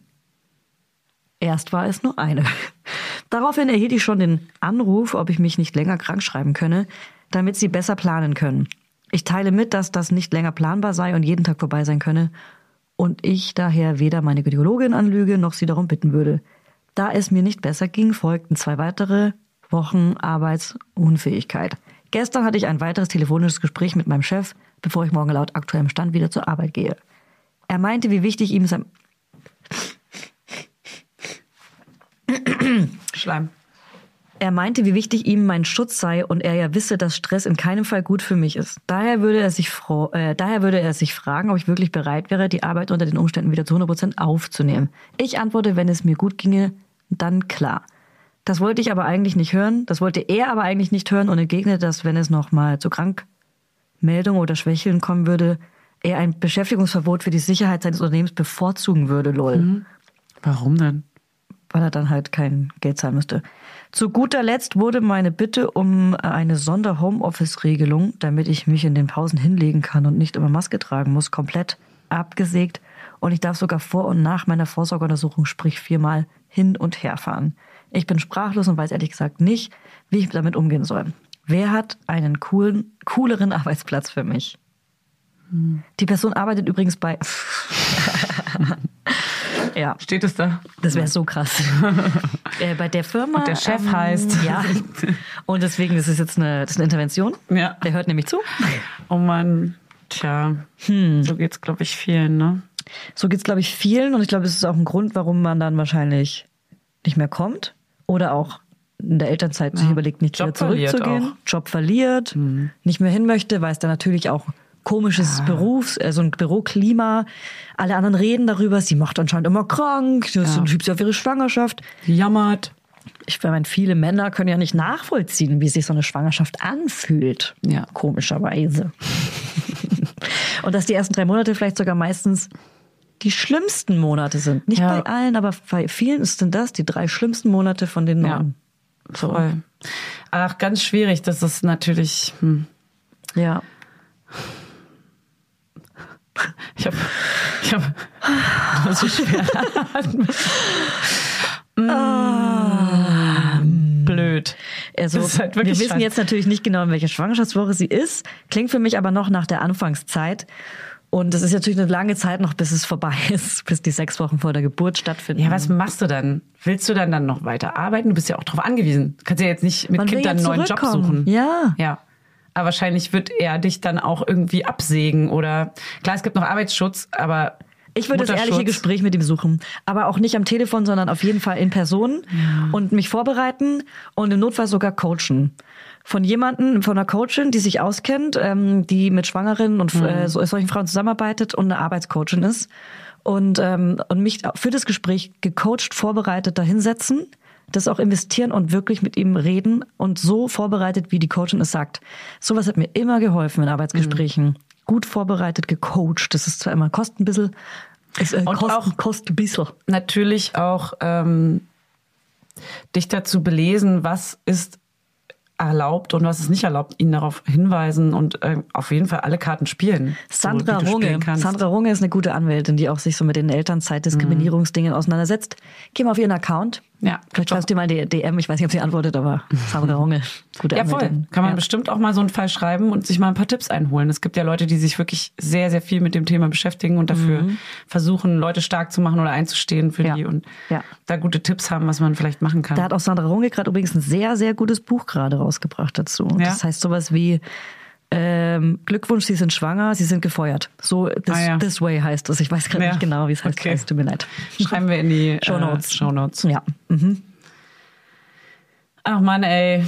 Erst war es nur eine. Daraufhin erhielt ich schon den Anruf, ob ich mich nicht länger krank schreiben könne, damit sie besser planen können. Ich teile mit, dass das nicht länger planbar sei und jeden Tag vorbei sein könne und ich daher weder meine Gynäkologin anlüge, noch sie darum bitten würde. Da es mir nicht besser ging, folgten zwei weitere Wochen Arbeitsunfähigkeit. Gestern hatte ich ein weiteres telefonisches Gespräch mit meinem Chef, bevor ich morgen laut aktuellem Stand wieder zur Arbeit gehe. Er meinte, wie wichtig ihm sein... Schleim. Er meinte, wie wichtig ihm mein Schutz sei und er ja wisse, dass Stress in keinem Fall gut für mich ist. Daher würde er sich, fro- äh, daher würde er sich fragen, ob ich wirklich bereit wäre, die Arbeit unter den Umständen wieder zu hundert Prozent aufzunehmen. Ich antworte, wenn es mir gut ginge, dann klar. Das wollte ich aber eigentlich nicht hören. Das wollte er aber eigentlich nicht hören und entgegnete, dass wenn es noch mal zu Krankmeldung oder Schwächeln kommen würde, er ein Beschäftigungsverbot für die Sicherheit seines Unternehmens bevorzugen würde, lol. Mhm. Warum denn? Weil er dann halt kein Geld zahlen müsste. Zu guter Letzt wurde meine Bitte um eine Sonder-Homeoffice-Regelung, damit ich mich in den Pausen hinlegen kann und nicht immer Maske tragen muss, komplett abgesägt. Und ich darf sogar vor und nach meiner Vorsorgeuntersuchung, sprich viermal, hin und her fahren. Ich bin sprachlos und weiß ehrlich gesagt nicht, wie ich damit umgehen soll. Wer hat einen coolen, cooleren Arbeitsplatz für mich? Hm. Die Person arbeitet übrigens bei... Ja. Steht es da? Das wäre so krass. äh, bei der Firma. Und der Chef heißt. Ja. Und deswegen, das ist jetzt eine, das ist eine Intervention. Ja. Der hört nämlich zu. Oh Mann. Tja. Hm. So geht's, glaube ich, vielen, ne? So geht's, glaube ich, vielen. Und ich glaube, es ist auch ein Grund, warum man dann wahrscheinlich nicht mehr kommt. Oder auch in der Elternzeit sich Ja. überlegt, nicht Job wieder zurückzugehen. verliert auch. Job verliert. Mhm. Nicht mehr hin möchte, weil es dann natürlich auch komisches Ja. Berufs, äh, so ein Büroklima. Alle anderen reden darüber. Sie macht anscheinend immer krank. Das Ja. schiebt sie auf ihre Schwangerschaft. Jammert. Ich meine, viele Männer können ja nicht nachvollziehen, wie sich so eine Schwangerschaft anfühlt. Ja. Komischerweise. Und dass die ersten drei Monate vielleicht sogar meistens die schlimmsten Monate sind. Nicht Ja. bei allen, aber bei vielen sind das die drei schlimmsten Monate von den Ja. neun. Voll. Ach, ganz schwierig. Das ist natürlich. Hm. Ja. Ich habe. Ich habe. Das ist so schwer. mm, blöd. blöd. Also, Das ist halt wir wirklich wissen scheiße. jetzt natürlich nicht genau, in welcher Schwangerschaftswoche sie ist. Klingt für mich aber noch nach der Anfangszeit. Und es ist natürlich eine lange Zeit noch, bis es vorbei ist, bis die sechs Wochen vor der Geburt stattfinden. Ja, was machst du dann? Willst du dann dann noch weiter arbeiten? Du bist ja auch darauf angewiesen. Du kannst ja jetzt nicht mit Man will Kind dann einen ja neuen Job zurückkommen. suchen. Ja. Ja. Aber wahrscheinlich wird er dich dann auch irgendwie absägen oder, klar, es gibt noch Arbeitsschutz, aber Ich würde das Mutterschutz. ehrliche Gespräch mit ihm suchen. Aber auch nicht am Telefon, sondern auf jeden Fall in Person und mich vorbereiten und im Notfall sogar coachen. Von jemandem, von einer Coachin, die sich auskennt, ähm, die mit Schwangeren und Mhm. äh, so, solchen Frauen zusammenarbeitet und eine Arbeitscoachin ist. Und, ähm, und mich für das Gespräch gecoacht, vorbereitet dahinsetzen, das auch investieren und wirklich mit ihm reden und so vorbereitet, wie die Coachin es sagt. Sowas hat mir immer geholfen in Arbeitsgesprächen. Mhm. Gut vorbereitet, gecoacht. Das ist zwar immer kostet ein bisschen, es, äh, Und kost, auch- kostet ein bisschen. Natürlich auch ähm, dich dazu belesen, was ist erlaubt und was ist nicht erlaubt, ihn darauf hinweisen und äh, auf jeden Fall alle Karten spielen. Sandra so, wie du Runge. spielen kannst. Sandra Runge ist eine gute Anwältin, die auch sich so mit den Elternzeitdiskriminierungsdingen auseinandersetzt. Geh mal auf ihren Account. Ja, Vielleicht schreibst du dir mal die D M. Ich weiß nicht, ob sie antwortet, aber Sandra Runge, gute Ja, voll. Anwältin. Kann man ja. bestimmt auch mal so einen Fall schreiben und sich mal ein paar Tipps einholen. Es gibt ja Leute, die sich wirklich sehr, sehr viel mit dem Thema beschäftigen und dafür versuchen, Leute stark zu machen oder einzustehen für Mhm. Ja. die und Ja. da gute Tipps haben, was man vielleicht machen kann. Da hat auch Sandra Runge gerade übrigens ein sehr, sehr gutes Buch gerade rausgebracht dazu. Ja? Das heißt sowas wie ähm, Glückwunsch, Sie sind schwanger, Sie sind gefeuert. So this, Ah, ja. this way heißt das. Ich weiß gerade Ja. nicht genau, wie es heißt. Okay. Es tut mir leid. Schreiben wir in die Show Notes. Äh, Show Notes. Ja. Mhm. Ach Mann, ey.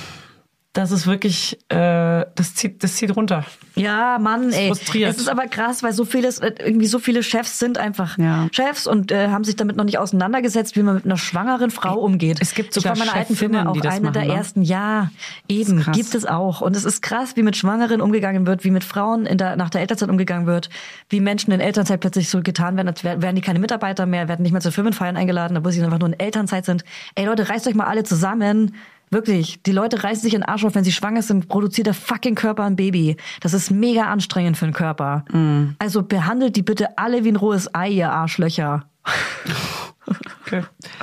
Das ist wirklich, äh, das zieht, das zieht runter. Ja, Mann, ey. frustriert. Es ist aber krass, weil so vieles, äh, irgendwie so viele Chefs sind einfach Ja. Chefs und äh, haben sich damit noch nicht auseinandergesetzt, wie man mit einer schwangeren Frau umgeht. es gibt sogar ich war in meiner alten Chefinnen, Firma auch die das eine der machen, ne? ersten. Ja, eben, krass. gibt es auch. Und es ist krass, wie mit Schwangeren umgegangen wird, wie mit Frauen in der, nach der Elternzeit umgegangen wird, wie Menschen in Elternzeit plötzlich so getan werden, als wär- wären die keine Mitarbeiter mehr, werden nicht mehr zu Firmenfeiern eingeladen, obwohl sie einfach nur in Elternzeit sind. Ey Leute, reißt euch mal alle zusammen. Wirklich, die Leute reißen sich in den Arsch auf, wenn sie schwanger sind, produziert der fucking Körper ein Baby. Das ist mega anstrengend für den Körper. Mm. Also behandelt die bitte alle wie ein rohes Ei, ihr Arschlöcher. Okay.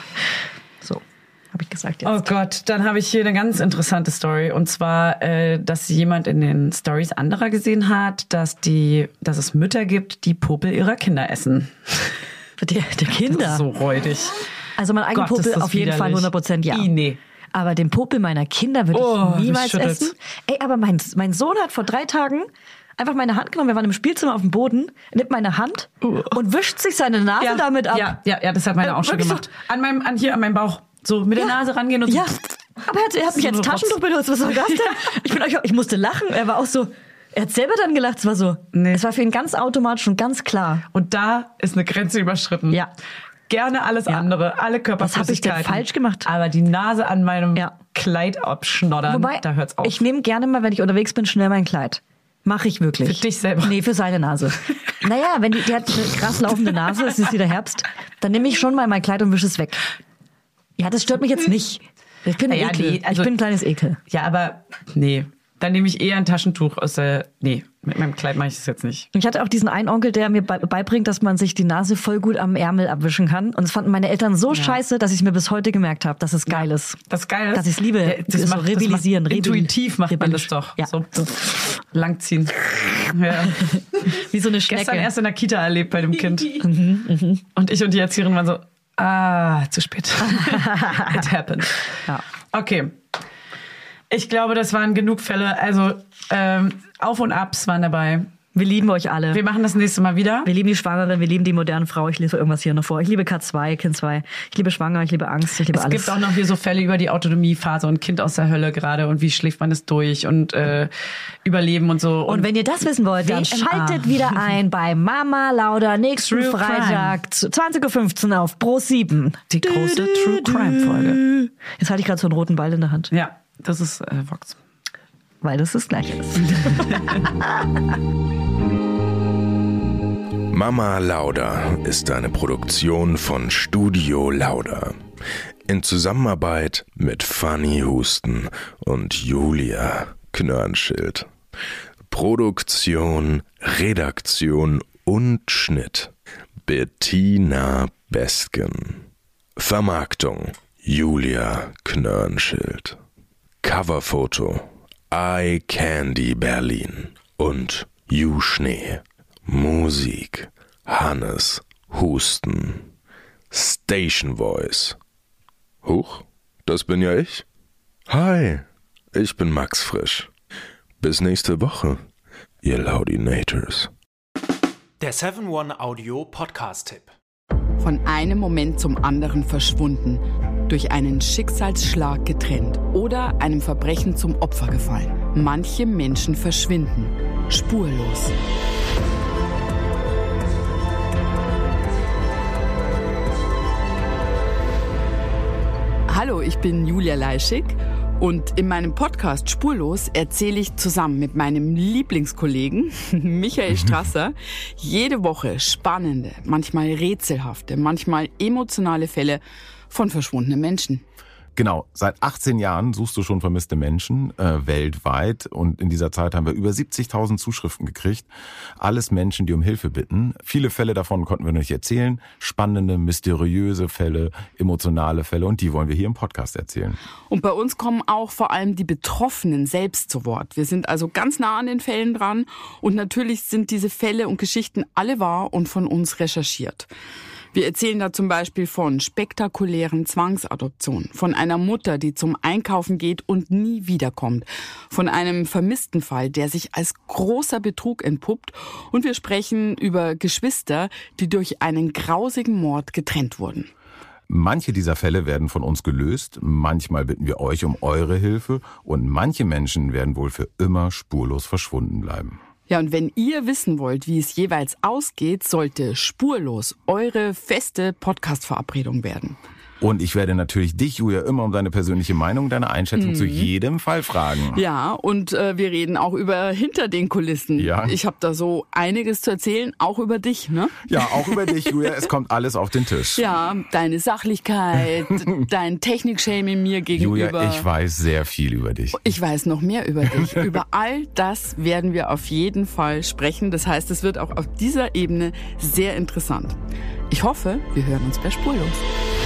So, habe ich gesagt jetzt. Oh Gott, dann habe ich hier eine ganz interessante Story. Und zwar, äh, dass jemand in den Stories anderer gesehen hat, dass, die, dass es Mütter gibt, die Popel ihrer Kinder essen. Der, der Kinder. Das ist so räudig. Also mein eigener Gott, ist Popel das auf jeden Fall widerlich. hundert Prozent ja. I, nee. Aber den Popel meiner Kinder würde Oh, ich niemals mich schüttelt's. essen. Ey, aber mein, mein Sohn hat vor drei Tagen einfach meine Hand genommen, wir waren im Spielzimmer auf dem Boden, nimmt meine Hand und wischt sich seine Nase Ja, damit ab. ja, ja, ja, das hat meine Äh, auch schon wirklich gemacht. An meinem, an hier, an meinem Bauch. So mit der Nase rangehen und so. Ja, aber er hat, er hat mich So als eine Taschentuch Rotz. benutzt. Was soll das denn? Ich, bin, ich musste lachen. Er war auch so, er hat selber dann gelacht. Es war so, Nee. es war für ihn ganz automatisch und ganz klar. Und da ist eine Grenze überschritten. Ja. Gerne alles Ja. andere, alle Körperflüssigkeiten. Was hab ich denn falsch gemacht? Aber die Nase an meinem Ja. Kleid abschnoddern, Wobei, da hört's auf. ich nehme gerne mal, wenn ich unterwegs bin, schnell mein Kleid. Mache ich wirklich. Für dich selber? Nee, für seine Nase. Naja, wenn die, die hat eine krass laufende Nase, es ist wieder Herbst, dann nehme ich schon mal mein Kleid und wische es weg. Ja, das stört mich jetzt nicht. Ich bin ein Ja, Ekel. nee, also- ich bin ein kleines Ekel. Ja, aber nee. Dann nehme ich eher ein Taschentuch aus der... Nee, mit meinem Kleid mache ich das jetzt nicht. Und ich hatte auch diesen einen Onkel, der mir bei- beibringt, dass man sich die Nase voll gut am Ärmel abwischen kann. Und das fanden meine Eltern so scheiße, dass ich es mir bis heute gemerkt habe, dass es geil ist. Das Geile ist... Dass ich's liebe. Ja, das So macht, rebilisieren, das macht, rebil- intuitiv macht man das rebellisch. doch. Ja. So langziehen. Ja. Wie so eine Schnecke. Gestern erst in der Kita erlebt bei dem Kind. Und ich und die Erzieherin waren so, ah, zu spät. It happened. Ja. Okay. Ich glaube, das waren genug Fälle. Also ähm, Auf- und Abs waren dabei. Wir lieben euch alle. Wir machen das nächste Mal wieder. Wir lieben die Schwangeren, wir lieben die moderne Frau. Ich lese irgendwas hier noch vor. Ich liebe K zwei, Kind zwei. Ich liebe Schwanger, ich liebe Angst, ich liebe Es alles. gibt auch noch hier so Fälle über die Autonomiephase und Kind aus der Hölle gerade und wie schläft man es durch und äh, Überleben und so. Und wenn ihr das wissen wollt, dann W M A. schaltet wieder ein bei Mama Lauda nächsten True Freitag zu zwanzig Uhr fünfzehn auf Pro sieben. Die große True Crime Folge. Jetzt hatte ich gerade so einen roten Ball in der Hand, Ja, das ist äh, Vox. weil das das Gleiche ist. Mama Lauda ist eine Produktion von Studio Lauda. In Zusammenarbeit mit Fanny Husten und Julia Knörnschild. Produktion, Redaktion und Schnitt Bettina Besken. Vermarktung Julia Knörnschild. Coverfoto Eye Candy Berlin und Ju Schnee. Musik Hannes Husten. Station Voice. Huch, das bin ja ich. Hi, ich bin Max Frisch. Bis nächste Woche, ihr Laudinators. Der seven one Audio Podcast-Tipp. Von einem Moment zum anderen verschwunden, durch einen Schicksalsschlag getrennt oder einem Verbrechen zum Opfer gefallen. Manche Menschen verschwinden spurlos. Hallo, ich bin Julia Leischig und in meinem Podcast Spurlos erzähle ich zusammen mit meinem Lieblingskollegen Michael Strasser jede Woche spannende, manchmal rätselhafte, manchmal emotionale Fälle von verschwundenen Menschen. Genau, seit achtzehn Jahren suchst du schon vermisste Menschen äh, weltweit und in dieser Zeit haben wir über siebzigtausend Zuschriften gekriegt. Alles Menschen, die um Hilfe bitten. Viele Fälle davon konnten wir noch nicht erzählen. Spannende, mysteriöse Fälle, emotionale Fälle und die wollen wir hier im Podcast erzählen. Und bei uns kommen auch vor allem die Betroffenen selbst zu Wort. Wir sind also ganz nah an den Fällen dran und natürlich sind diese Fälle und Geschichten alle wahr und von uns recherchiert. Wir erzählen da zum Beispiel von spektakulären Zwangsadoptionen, von einer Mutter, die zum Einkaufen geht und nie wiederkommt, von einem vermissten Fall, der sich als großer Betrug entpuppt und wir sprechen über Geschwister, die durch einen grausigen Mord getrennt wurden. Manche dieser Fälle werden von uns gelöst, manchmal bitten wir euch um eure Hilfe und manche Menschen werden wohl für immer spurlos verschwunden bleiben. Ja, und wenn ihr wissen wollt, wie es jeweils ausgeht, sollte Spurlos eure feste Podcast-Verabredung werden. Und ich werde natürlich dich, Julia, immer um deine persönliche Meinung, deine Einschätzung mhm. zu jedem Fall fragen. Ja, und äh, wir reden auch über hinter den Kulissen. Ja. Ich habe da so einiges zu erzählen, auch über dich, ne? Ja, auch über dich, Julia. Es kommt alles auf den Tisch. Ja, deine Sachlichkeit, dein Technik-Shaming mir gegenüber. Julia, ich weiß sehr viel über dich. Ich weiß noch mehr über dich. Über all das werden wir auf jeden Fall sprechen. Das heißt, es wird auch auf dieser Ebene sehr interessant. Ich hoffe, wir hören uns bei Spurlos.